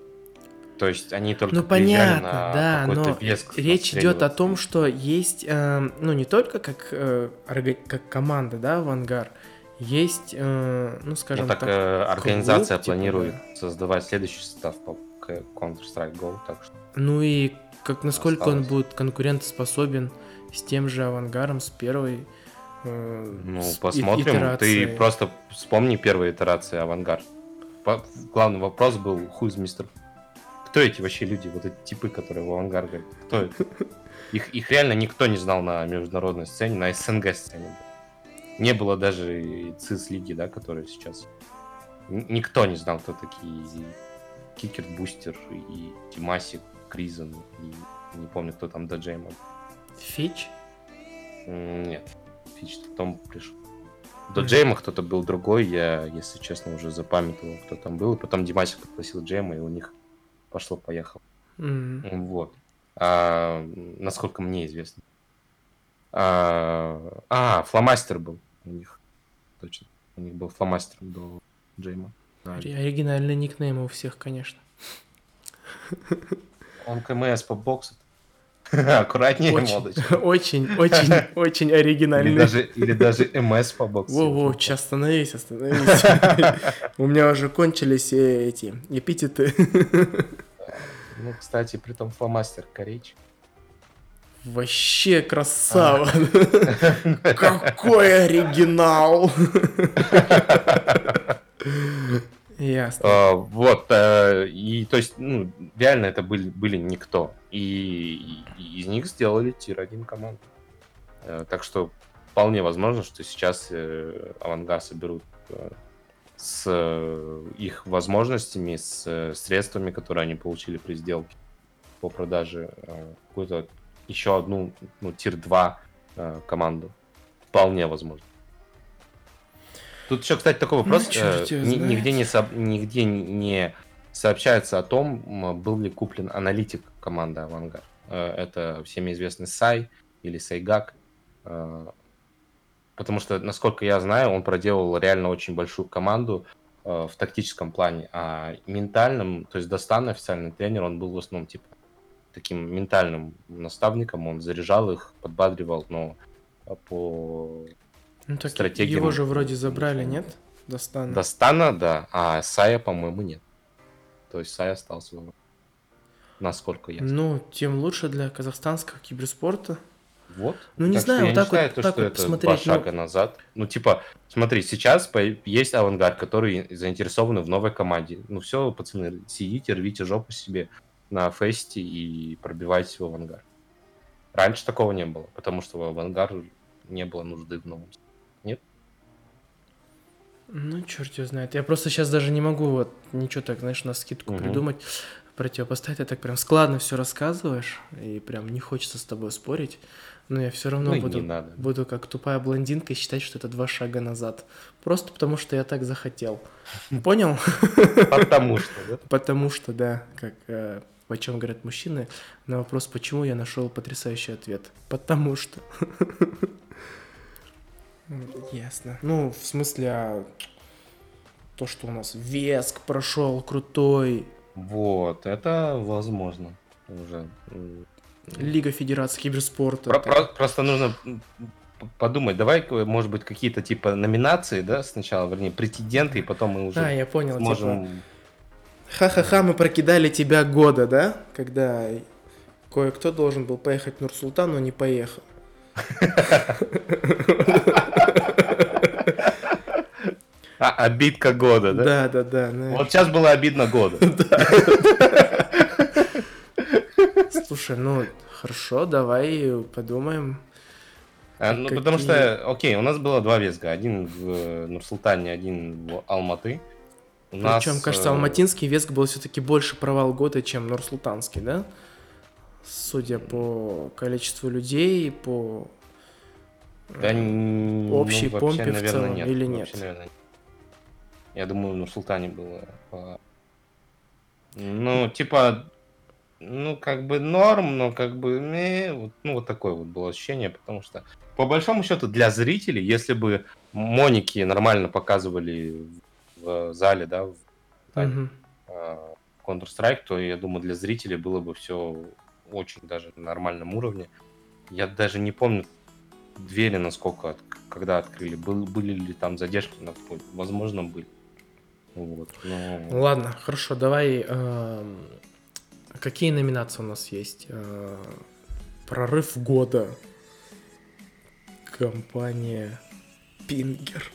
То есть они только Ну приезжали понятно, на да, какой-то но веск речь идет о отстреливаться. том, что есть, эм, ну не только как, э, орга- как команда, да, Авангар, есть, э, ну Ну скажем так так, э, организация клуб, типа, планирует да. создавать следующий состав по к- Counter-Strike Go, так что Ну и как насколько он Осталось. будет конкурентоспособен с тем же Авангаром, с первой э, ну с и- посмотрим. Ты итерацией. просто вспомни первые итерации Авангард. По- Главный вопрос был who is мистер. Кто эти вообще люди, вот эти типы, которые в Авангарде? Кто это? Их, их реально никто не знал на международной сцене, на СНГ сцене. Не было даже и ЦИС-лиги, да, которая сейчас. Н- Никто не знал, кто такие Кикер, Бустер и Тимасик, Кризен, и не помню, кто там Даджейм. Фич? М, Нет, Фич потом пришел. До Джейма кто-то был другой, я, если честно, уже запамятовал, кто там был. И потом Димасик попросил Джейма, и у них пошло-поехало. М. Вот. А, насколько мне известно. А, а, Фломастер был у них. Точно. У них был Фломастер до Джейма. Да. Ори- Оригинальный никнейм у всех, конечно. Он КМС по боксу. Аккуратнее, молодой человек. Очень, очень, очень, очень Или оригинальный. даже, или даже МС по боксу. Воу-воу, сейчас остановись, остановись. У меня уже кончились э, эти эпитеты. Ну, кстати, при том Фломастер корейчик. Вообще красава. Какой оригинал. Ясно. А, Вот, э, и то есть, ну, реально это были, были никто. И, и из них сделали тир один команду. Э, Так что вполне возможно, что сейчас э, Авангард соберут э, с э, их возможностями, с э, средствами, которые они получили при сделке по продаже, э, какую-то еще одну, ну, тир два э, команду. Вполне возможно. Тут еще, кстати, такой Ну, вопрос. черт э, его ни- Нигде не, знает. сооб- нигде не сообщается о том, м, был ли куплен аналитик команды Авангард. Э, Это всеми известный Сай или Сайгак. Э, Потому что, насколько я знаю, он проделал реально очень большую команду э, в тактическом плане. А ментальным, то есть Достан, официальный тренер, он был в основном типа таким ментальным наставником. Он заряжал их, подбадривал, но э, по Ну так его стратегиям же вроде забрали, ничего не нет? было. Достана. Достана, да, а Сая, по-моему, нет. То есть Сай остался, в- насколько ясно. Ну, тем лучше для казахстанского киберспорта. Вот. Ну, не Так что знаю, я вот не так считаю вот, то, так что вот это два посмотреть, ну, шага назад. Ну, типа, смотри, сейчас по- есть Авангард, который заинтересованы в новой команде. Ну, все, пацаны, сидите, рвите жопу себе на фесте и пробивайтесь в Авангард. Раньше такого не было, потому что в Авангард не было нужды в новом. Нет? ну, черт его знает. Я просто сейчас даже не могу вот ничего так, знаешь, на скидку Угу. придумать, противопоставить. Ты так прям складно все рассказываешь, и прям не хочется с тобой спорить. Но я все равно Ну и не буду, надо. буду как тупая блондинка считать, что это два шага назад. Просто потому что я так захотел. Понял? Потому что, да? Потому что, да, как э, о чем говорят мужчины, на вопрос, почему, я нашел потрясающий ответ. Потому что. М, Ясно. Ну, в смысле, а то, что у нас Веск прошел крутой, Вот, это возможно уже. М, Лига Федерации Киберспорта. Про- Там. про- просто нужно м, п- подумать, давай, к- может быть, какие-то типа номинации, да, сначала, вернее, претенденты, и потом мы уже А, я понял, типа, сможем... ха-ха-ха, мы прокидали тебя года, да? Когда кое-кто должен был поехать в Нур-Султан, но не поехал. А, обидка года, да? Да, да, да, знаешь. Вот сейчас было обидно года. Слушай, ну, хорошо, давай подумаем. А, Как- Ну, потому какие- что, окей, у нас было два визга. Один в э, Нур-Султане, один в Алматы. У Причем, нас... кажется, э, алматинский Веск был все-таки больше провал года, чем Нур-Султанский, да? Судя по количеству людей, по Да, э, н- общей ну, вообще, помпе в наверное, целом нет. или Вообще, нет? наверное, нет. Я думаю, в Нур-Султане было... по- Ну, типа, ну, как бы норм, но как бы, не, вот, ну, вот такое вот было ощущение, потому что, по большому счету, для зрителей, если бы Моники нормально показывали в зале, да, в Тане, Мгм. а, Counter-Strike, то, я думаю, для зрителей было бы все очень даже на нормальном уровне. Я даже не помню двери, насколько, от- когда открыли, был, были ли там задержки на входе, возможно, были. Вот, но... Ладно, хорошо, давай. эм, Какие номинации у нас есть? Э, Прорыв года. Компания Пингер.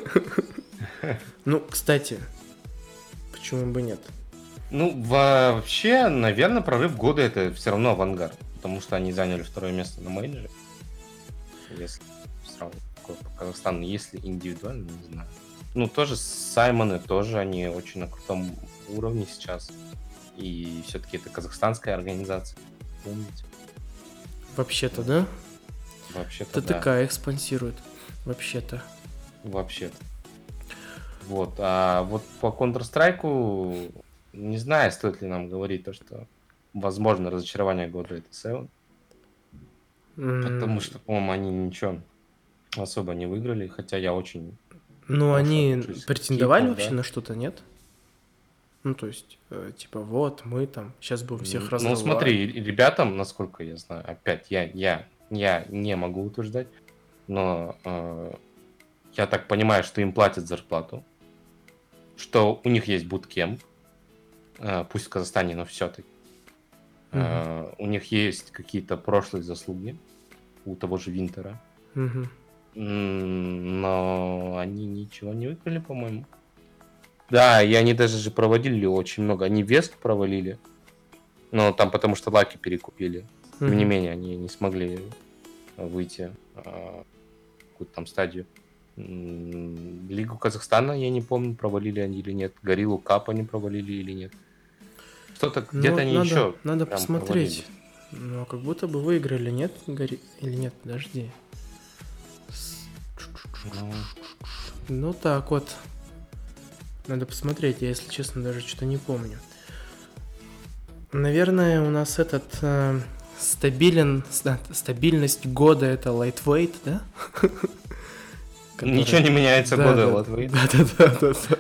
Ну, кстати, почему бы нет? Ну, вообще, наверное, прорыв года это все равно Авангард, потому что они заняли второе место на мейджоре. Если сравнивать по Казахстану, если индивидуально, не знаю. Ну, тоже Саймоны, тоже они очень на крутом уровне сейчас. И все-таки это казахстанская организация. Помните? Вообще-то, да? Вообще-то, да. ТТК их спонсирует. Вообще-то. Вообще-то. Вот. А вот по Counter-Strike, не знаю, стоит ли нам говорить то, что возможно разочарование года это Seven. Потому М, что, по-моему, они ничего особо не выиграли, хотя я очень Ну, хорошо они отношусь к претендовали Кику, вообще да. на что-то, нет? Ну, то есть, э, типа, вот, мы там сейчас будем всех М, Ну, разрывать. смотри, р- ребятам, насколько я знаю, опять я, я, я не могу утверждать, но э, я так понимаю, что им платят зарплату, что у них есть буткемп, э, пусть в Казахстане, но все-таки. Uh, у них есть какие-то прошлые заслуги у того же Винтера. Мгм. М, Но они ничего не выиграли, по-моему. Да, и они даже же проводили очень много. Они Вест провалили. Но там потому что Лаки перекупили. Тем не Мгм. менее, они не смогли выйти а, в какую-то там стадию. М, Лигу Казахстана, я не помню, провалили они или нет. Гориллу Кап они провалили или нет. Что-то Ну где-то вот они надо, еще надо прям посмотреть. провалились. Ну, а как будто бы выиграли, нет? Гори... Или нет, подожди. С- Ну, Ну так вот. Надо посмотреть, я, если честно, даже что-то не помню. Наверное, у нас этот э, стабилен, ста- стабильность года это Lightweight, да? Который- Ничего не меняется Да, года да, Латвии. да, да, да, да, да.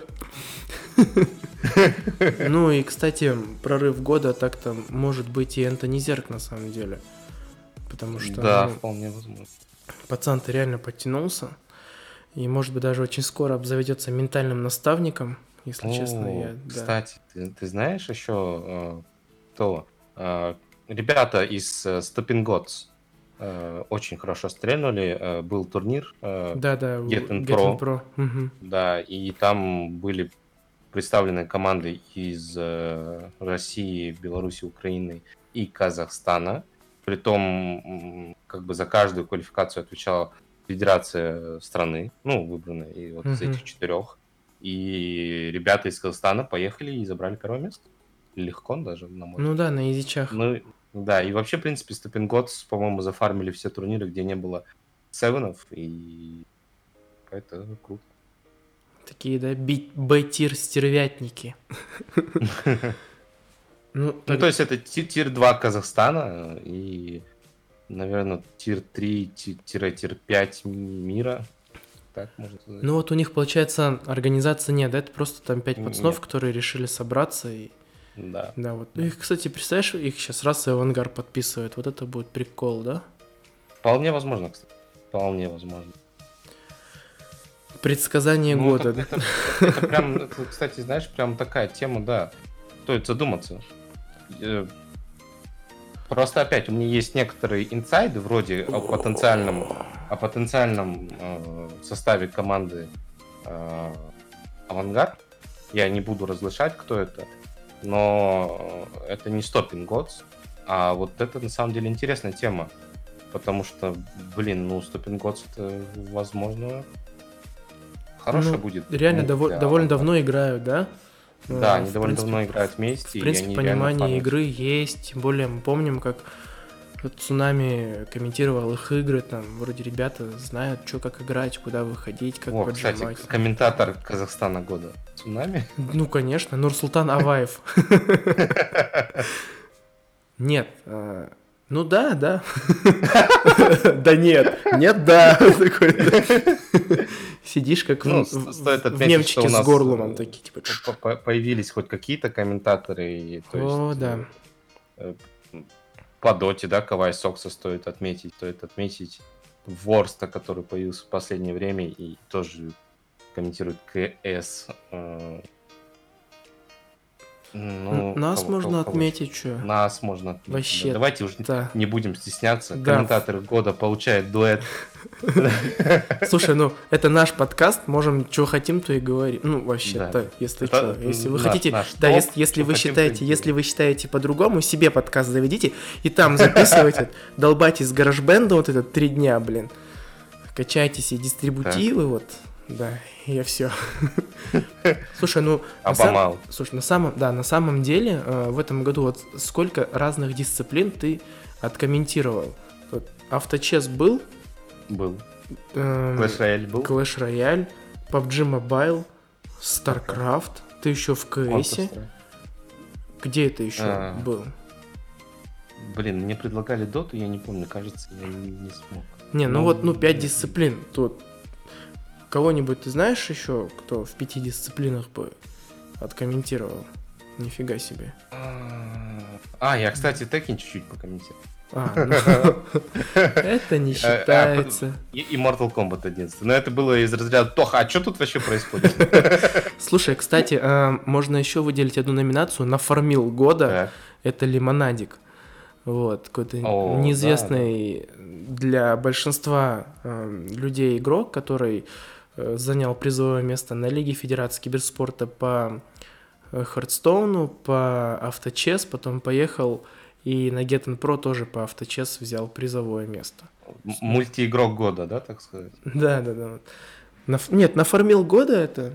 Ну и, кстати, прорыв года так-то может быть и Энтони Зерк на самом деле. Потому что Да, ну, вполне возможно. пацан-то реально подтянулся. И, может быть, даже очень скоро обзаведется ментальным наставником, если О, честно. Я, да. кстати, ты, ты знаешь еще э, то э, ребята из э, Stopping Gods э, очень хорошо стрельнули. Э, был турнир э, Да, да, Get in Get in Pro, Pro. Мгм. да, и там были представлены команды из э, России, Беларуси, Украины и Казахстана. Притом, м, как бы за каждую квалификацию отвечала федерация страны, ну, выбранная и вот из Мгм. этих четырех. И ребята из Казахстана поехали и забрали первое место. Легко даже, на мой Ну взгляд. да, на изичах. Ну, да, и вообще, в принципе, Stopping Gods, по-моему, зафармили все турниры, где не было севенов, и это круто. Такие, да, би- Б-тир стервятники. Ну, Ну, так- то есть это ти- тир два Казахстана и, наверное, тир три, ти- тир пять мира. Так можно сказать. ну вот у них, получается, организации нет, да? Это просто там пять пацанов, Нет. которые решили собраться и... Да. Да, вот. Ну, их, кстати, представляешь, их сейчас раз и Авангар подписывает. Вот это будет прикол, да? Вполне возможно, кстати. Вполне возможно. Предсказание Ну, года, это, да? это- это- это прям, это, кстати, знаешь, прям такая тема, да. Стоит задуматься. Э, Просто опять у меня есть некоторые инсайды вроде о потенциальном, о потенциальном э, составе команды э, Авангард. Я не буду разглашать, кто это, но это не Stopping Gods, а вот это на самом деле интересная тема, потому что, блин, ну Stopping Gods это, возможно, хорошая Ну, будет. реально ну, дово- для довольно Авангарда. давно играют, да? Да, Э, они в довольно принципе, давно играют В вместе, и принципе, они реально понимание фанят. игры есть, тем более мы помним, как вот Цунами комментировал их игры, там, вроде ребята знают, что как играть, куда выходить, как О, поджимать. кстати, комментатор Казахстана года. Цунами? Ну, конечно, Нурсултан Аваев. Нет, э, ну да, да. Да нет, нет, да. Такой, да. Сидишь как в, Ну, в- с- стоит в отметить, немчике что у с нас, горлумом, э, такие типа. По- по- Появились хоть какие-то комментаторы, и, то есть О, да. э, э, по доте, да, Кавай Сокса стоит отметить, стоит отметить Ворста, который появился в последнее время и тоже комментирует КС. э, Ну, Н- Нас кого- можно кого- кого отметить, что. еще? Нас можно отметить. Вообще, да. Давайте уже да. не будем стесняться. Да. Комментаторы года получают дуэт. Слушай, ну это наш подкаст, можем что хотим, то и говорим. Ну, вообще-то, Да. если Это что. Если вы наш- хотите. наш Да, топ, если, если что вы хотим, считаете, то и если делаем. вы считаете по-другому, себе подкаст заведите и там записывайте, долбайте с гаражбенда вот это три дня, блин. Качайте себе дистрибутивы, вот. Да, и я все. Слушай, ну. на сам- Обамал. Слушай, на самом, да, на самом деле э, в этом году вот сколько разных дисциплин ты откомментировал? Вот авточес был, Был. эм, Clash Royale был. Clash Royale, пабг Mobile, StarCraft, ты еще в КСе. Counter-Strike. Где это еще А. был? Блин, мне предлагали доту, я не помню, кажется, я не, не смог. Не, ну Ну, вот, ну пять нет. дисциплин. Тут кого-нибудь ты знаешь еще, кто в пяти дисциплинах бы откомментировал? Нифига себе. А, я, кстати, Tekken чуть-чуть покомментировал. А, ну, это не считается. И, и Mortal Kombat одиннадцать. Но это было из разряда Тоха, а что тут вообще происходит? Слушай, кстати, а, можно еще выделить одну номинацию на фармил года. Так. Это Лимонадик. Вот, какой-то О, да, да. неизвестный для большинства э, людей игрок, который э, занял призовое место на Лиге Федерации Киберспорта по э, Хардстоуну, по авточес, потом поехал и на Get Pro тоже по авточес взял призовое место. М- Мультиигрок года, да, так сказать? Да, да, да. На ф- Нет, нафармил года это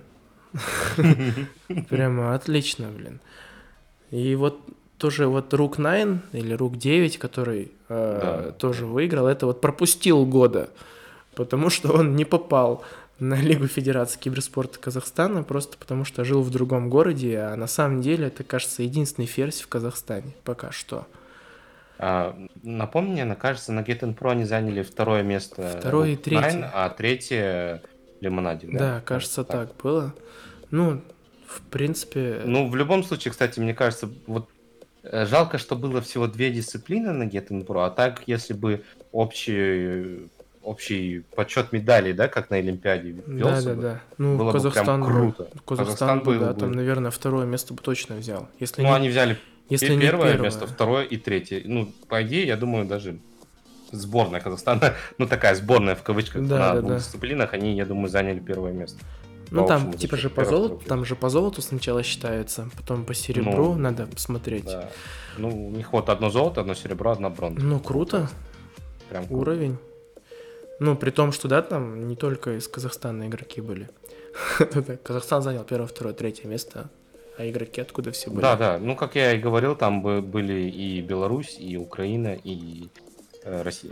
прямо отлично, блин. И вот тоже вот Рук девять или Рук девять, который э, Да. тоже выиграл, это вот пропустил года, потому что он не попал на Лигу Федерации Киберспорта Казахстана, просто потому что жил в другом городе, а на самом деле это, кажется, единственный ферзь в Казахстане пока что. А, напомни мне, на- кажется, на Get Pro они заняли второе место Второе и Rook третье. девять, а третье Лимонадик, да? Да, кажется, так было. Ну, в принципе, Ну, в любом случае, кстати, мне кажется, вот э, жалко, что было всего две дисциплины на Get Pro, а так, если бы общий, общий подсчет медалей, да, как на Олимпиаде да, велся да, бы, да. Ну, было бы прям Казахстан бы, круто. Казахстан бы, был да, бы... там, наверное, второе место бы точно взял. Если Ну, не, они взяли если не первое первое. место, второе и третье. Ну, по идее, я думаю, даже сборная Казахстана, ну, такая сборная в кавычках, Да, на да, двух да. дисциплинах, они, я думаю, заняли первое место. Ну, По там общему типа зачету. же по Первое, золоту, второе, там же по золоту сначала считается, потом по серебру Ну, надо посмотреть. Да. Ну, у них вот одно золото, одно серебро, одна бронза. Ну, круто, Прям круто. уровень. Ну, при том, что, да, там не только из Казахстана игроки были. Казахстан занял первое, второе, третье место, а игроки откуда все были? Да, да. Ну, как я и говорил, там бы- были и Беларусь, и Украина, и э, Россия.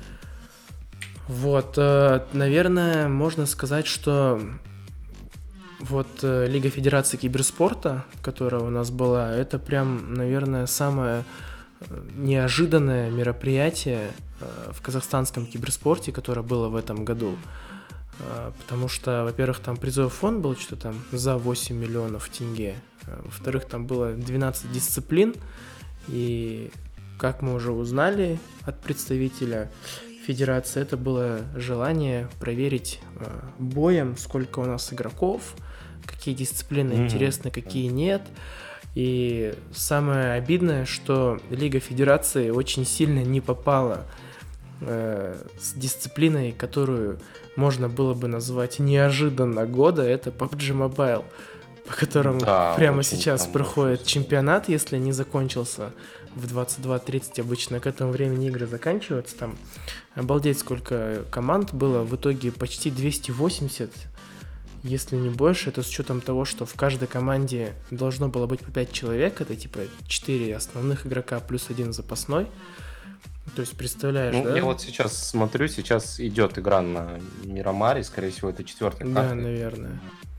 Вот, э, наверное, можно сказать, что вот э, Лига Федерации Киберспорта, которая у нас была, это прям, наверное, самое э, неожиданное мероприятие э, в казахстанском киберспорте, которое было в этом году. Э, Потому что, во-первых, там призовой фонд был что-то там за восемь миллионов тенге. Э, Во-вторых, там было двенадцать дисциплин. И, как мы уже узнали от представителя Федерации, это было желание проверить э, боем, сколько у нас игроков, какие дисциплины Мгм. интересны, какие нет. И самое обидное, что Лига Федерации очень сильно не попала э, с дисциплиной, которую можно было бы назвать неожиданно года, это пабг Mobile, по которому Да, прямо очень сейчас там проходит большой чемпионат, если не закончился в двадцать два тридцать, обычно к этому времени игры заканчиваются, там обалдеть сколько команд было, в итоге почти двести восемьдесят, если не больше, это с учетом того, что в каждой команде должно было быть по пять человек, это типа четыре основных игрока плюс один запасной. То есть, представляешь, Ну, да? я вот сейчас смотрю, сейчас идет игра на Мирамаре, скорее всего, это четвертая Да, карта. наверное.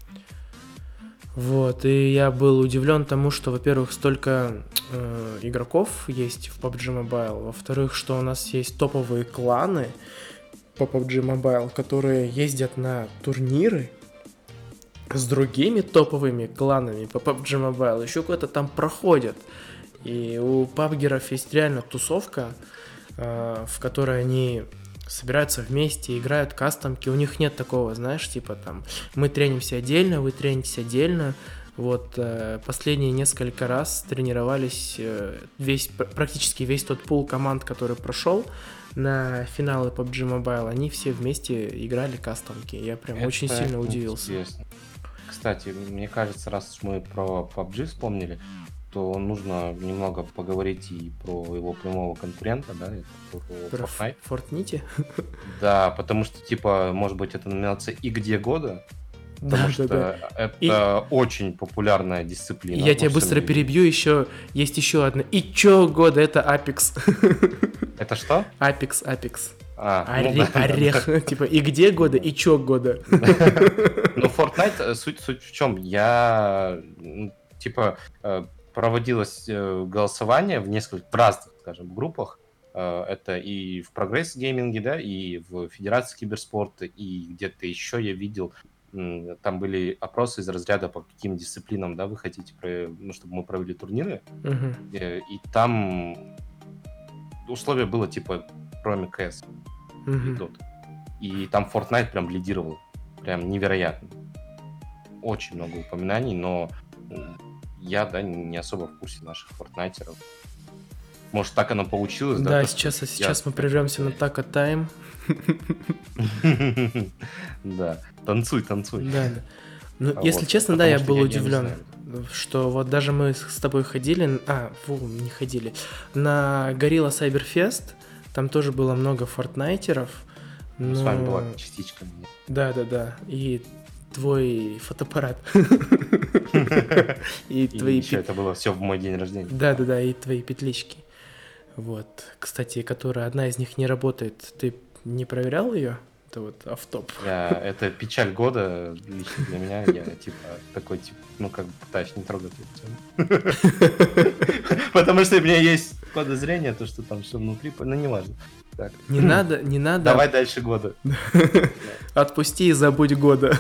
Вот, и я был удивлен тому, что, во-первых, столько э, игроков есть в пабг Mobile, во-вторых, что у нас есть топовые кланы по пабг Mobile, которые ездят на турниры с другими топовыми кланами по пабг Mobile, еще куда-то там проходят. И у пабгеров есть реально тусовка, э, в которой они собираются вместе, играют кастомки, у них нет такого, знаешь, типа там, мы тренимся отдельно, вы тренитесь отдельно. Вот э, последние несколько раз тренировались э, весь, практически весь тот пул команд, который прошел на финалы пабг Mobile, они все вместе играли кастомки. Я прям Это очень сильно удивился. интересно. Кстати, мне кажется, раз уж мы про пабг вспомнили, то нужно немного поговорить и про его прямого конкурента, да, это про Про Fortnite. Фортните? Да, потому что, типа, может быть, это номинация «И где года?», потому Да, что да, да. это И- очень популярная дисциплина. Я во тебя всем быстро мире. перебью, еще есть еще одна. И чё года, это Apex. Это что? Apex, Apex. А, ну Орех, да, да, орех. Типа, и где года, и чё года. да. Ну, Fortnite, э, суть, суть в чем? Я, м, типа, э, проводилось э, голосование в нескольких, в разных, скажем, группах. Э, Это и в Прогресс гейминге, да, и в Федерации киберспорта, и где-то еще я видел, м, там были опросы из разряда, по каким дисциплинам, да, вы хотите, про- ну, чтобы мы провели турниры. Мгм. Э, И там условие было, типа, кроме КС и Мгм. Dota. И там Fortnite прям лидировал. Прям невероятно. Очень много упоминаний, но м, я, да, не особо в курсе наших фортнайтеров. Может, так оно получилось, да? Да, то, сейчас, что сейчас я- мы прервемся на Така Тайм. Да, танцуй, танцуй. Да, да. Ну, А если вот, честно, да, потому я что был я- я не удивлен, знаю. что вот даже мы с тобой ходили, а, фу, не ходили, на Gorilla Cyberfest, там тоже было много фортнайтеров. Ну, С вами но- была частичка меня. Да, да, да. И твой фотоаппарат. И И твои еще пет- это было все в мой день рождения. Да, да, да, и твои петлички. Вот. Кстати, которая одна из них не работает. Ты не проверял ее? Это вот автоп. Я, это печаль года лично для меня. Я типа такой тип, ну как бы пытаюсь не трогать эту тему. Потому что у меня есть подозрение, то, что там все внутри, ну не важно. Так. Не надо, не надо. Давай дальше года. Отпусти и забудь года.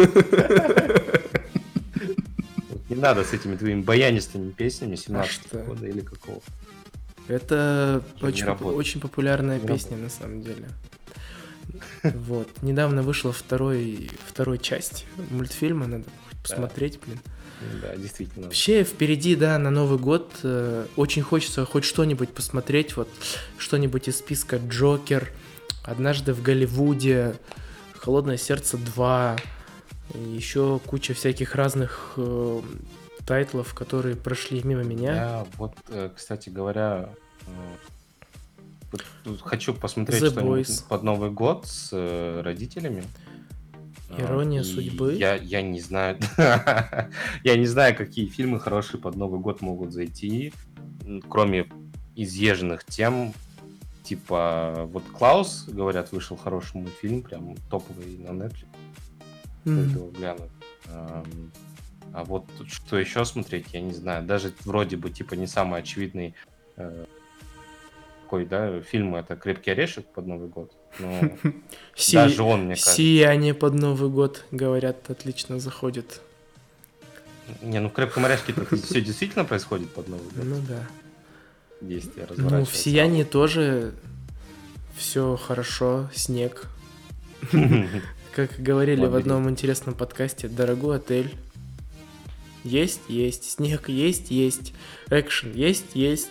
Вот не надо с этими твоими баянистыми песнями что? семнадцатого года или какого. Это Не очень, поп- работает. очень популярная Не песня на самом деле. Вот. Недавно вышла второй, второй часть мультфильма, надо посмотреть, блин. Да, действительно. Вообще впереди, да, на Новый год э, очень хочется хоть что-нибудь посмотреть, вот что-нибудь из списка Джокер, Однажды в Голливуде, Холодное сердце два, и еще куча всяких разных э, тайтлов, которые прошли мимо меня. Я вот, э, кстати говоря, э, вот тут хочу посмотреть The что-нибудь Boys. под Новый год с э, родителями. Ирония И судьбы. Я, я не знаю. Я не знаю, какие фильмы хорошие под Новый год могут зайти, м, кроме изъезженных тем. Типа, вот Клаус, говорят, вышел хороший мультфильм, прям топовый на Netflix. Мгм. Стоит его глянуть. Ам, А вот тут что еще смотреть, я не знаю. Даже вроде бы, типа, не самый очевидный э, такой, да, фильм, это «Крепкий орешек» под Новый год. Но Си- даже он, мне кажется... Сияние под Новый год, говорят, отлично заходит. Не, ну в «Крепком орешке» все действительно происходит под Новый год. Ну да. Действие Ну, в разворачивается. Сиянии тоже все хорошо, снег. Как говорили в Лабиринт. одном интересном подкасте, дорогой отель. Есть, есть. Снег есть, есть. Экшен есть, есть.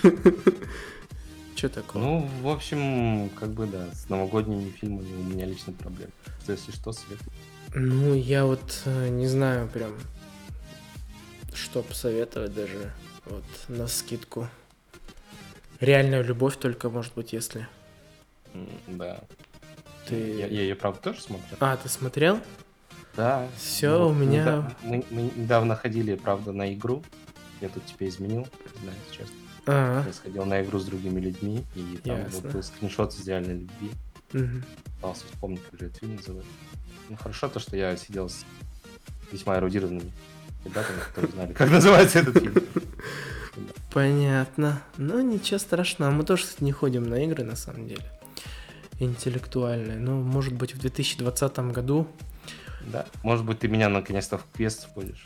Че такое? Ну, в общем, как бы да, с новогодними фильмами у меня лично проблем. Что, если что, совет. Ну, я вот э, не знаю прям, что посоветовать даже вот на скидку. Реальная любовь только, может быть, если М, Да. ты... Я, я ее, правда, тоже смотрел. А, ты смотрел? Да. Всё, Вот у меня- неда- Мы, мы недавно ходили, правда, на игру. Я тут тебя изменил, знаю, честно. А, Я сходил на игру с другими людьми, и там Ясно. вот был скриншот из реальной любви. мгм. Пытался вспомнить, как же этот фильм называется. Ну, хорошо то, что я сидел с весьма эрудированными ребятами, которые знали, как называется этот фильм. Понятно. Ну, ничего страшного. Мы тоже, кстати, не ходим на игры, на самом деле. Интеллектуальные. Ну, может быть, в две тысячи двадцатом году. Да. Может быть, ты меня наконец-то в квест входишь.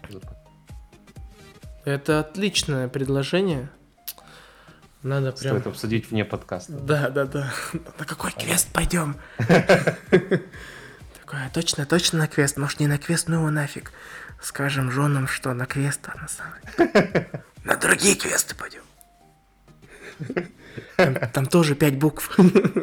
Это отличное предложение. Надо прям... Стоит обсудить вне подкаста. Да, да, да. На какой квест пойдем? Такое, точно, точно на квест. Может, не на квест, ну его нафиг. Скажем женам, что на квест, а на самом деле. На другие квесты пойдем. Там, там тоже пять букв.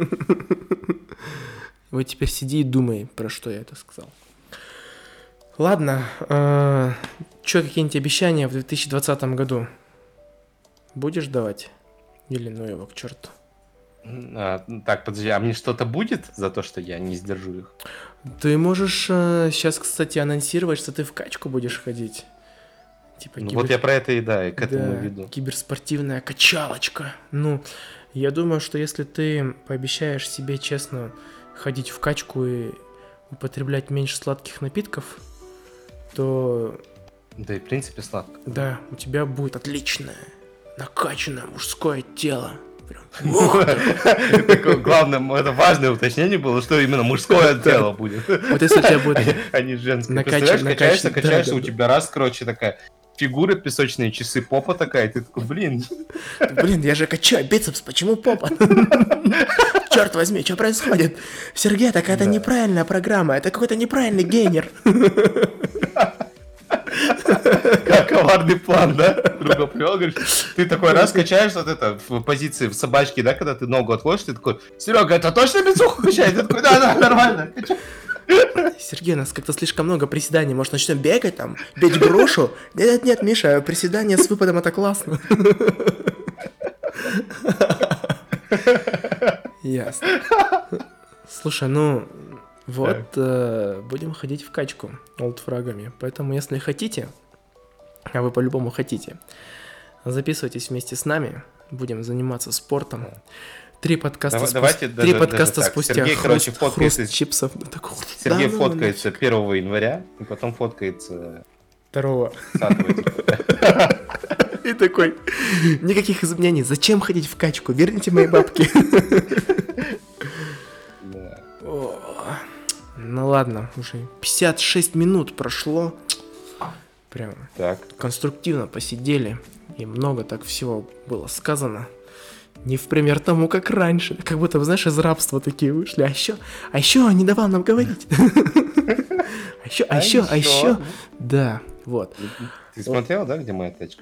Вот теперь сиди и думай, про что я это сказал. Ладно, э, чё, какие-нибудь обещания в две тысячи двадцатом году будешь давать? Или ну его к черту? А, так, подожди, а мне что-то будет за то, что я не сдержу их? Ты можешь сейчас, кстати, анонсировать, что ты в качку будешь ходить. Типа Ну, кибер- вот я про это и да, и к этому да, веду. киберспортивная качалочка. Ну, я думаю, что если ты пообещаешь себе честно ходить в качку и употреблять меньше сладких напитков, то Да и в принципе сладко. да, у тебя будет отличное, накачанное мужское тело. Прям, ух ты. Такое главное, это важное уточнение было, что именно мужское Да. тело будет, Вот если у тебя будет... а не женское. Накач- Представляешь, качаешься, накач- да, качаешься, да, у да. тебя раз, короче, такая фигура, песочные часы, попа такая, и ты такой, блин, Блин, я же качаю бицепс, почему попа? Черт возьми, что происходит? Сергей, так это Да. неправильная программа, это какой-то неправильный гейнер. Как коварный план, да? Друга привел, говоришь, ты такой раз качаешь вот это в позиции в собачке, да, когда ты ногу отложишь, ты такой, Серега, это точно бицуху качает? Ты такой, да-да, нормально, качай. Сергей, у нас как-то слишком много приседаний. Может, начнем бегать там, бить грушу? Нет-нет, Миша, приседания с выпадом — это классно. Ясно. Слушай, ну, вот, э, будем ходить в качку олдфрагами. Поэтому, если хотите, а вы по-любому хотите, записывайтесь вместе с нами. Будем заниматься спортом. Три подкаста, Давай, спу... давайте Три даже, подкаста даже спустя. Сергей, хруст, короче, фоткается... хруст чипсов. Так, Сергей да, фоткается первого января, и потом фоткается... Второго. И такой, никаких изменений. Зачем ходить в качку? Верните мои бабки. Да. Ну ладно, уже пятьдесят шесть минут прошло. Прям Так. конструктивно посидели. И много так всего было сказано. Не в пример тому, как раньше. Как будто, вы знаешь, из рабства такие вышли. А еще, а еще он не давал нам говорить. А еще, а еще, а еще. Да, вот. Ты смотрел, да, где моя тачка?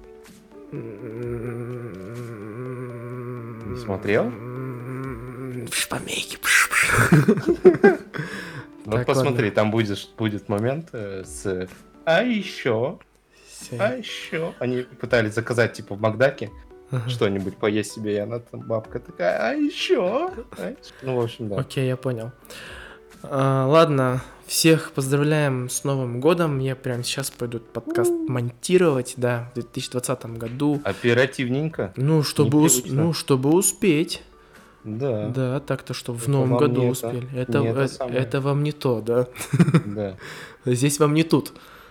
Не смотрел? Шпамейки. Вот посмотри, там будет, будет момент э, с «А еще, а еще». Они пытались заказать, типа, в Макдаке ага. что-нибудь поесть себе, и она там, бабка такая «А еще». А еще? Ну, в общем, да. Окей, я понял. А, ладно, всех поздравляем с Новым годом. Я прямо сейчас пойду подкаст монтировать, да, в две тысячи двадцатом году. Оперативненько. Ну, чтобы, ус... ну, чтобы успеть. Да. Да, так-то, чтобы в Новом году успели. Это, это, это, это вам не то, да? Да. Здесь вам не тут.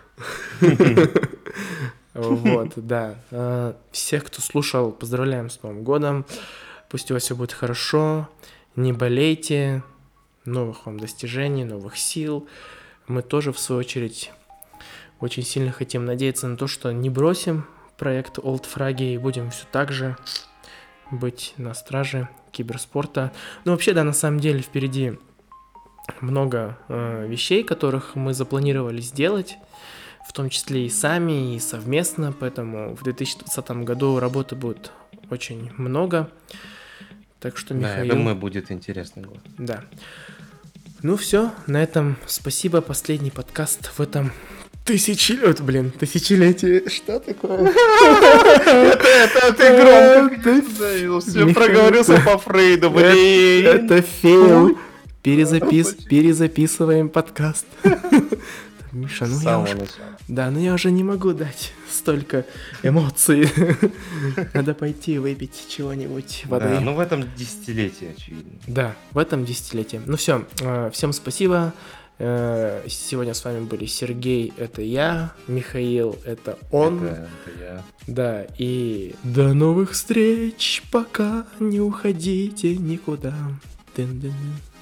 Вот, да. Всех, кто слушал, поздравляем с Новым годом. Пусть у вас все будет хорошо. Не болейте. Новых вам достижений, новых сил. Мы тоже, в свою очередь, очень сильно хотим надеяться на то, что не бросим проект олдфраги и будем все так же быть на страже киберспорта. Ну, вообще, да, на самом деле впереди много э, вещей, которых мы запланировали сделать, в том числе и сами, и совместно, поэтому в две тысячи двадцатом году работы будет очень много. Так что, Михаил... Да, я думаю, будет интересный год. Да. Ну все, на этом спасибо. Последний подкаст в этом тысячелетии. Блин, тысячелетие. Что такое? Это ты громко. Все проговорился по Фрейду, блин. Это фейл. Перезаписываем подкаст. Миша, ну я уже... Да, ну я уже не могу дать столько эмоций. Надо пойти выпить чего-нибудь, воды. Да, ну в этом десятилетии, очевидно. Да, в этом десятилетии. Ну все, всем спасибо. Сегодня с вами были Сергей, это я, Михаил, это он. Это, это я. Да, и до новых встреч, пока не уходите никуда. Дын-дын-дын.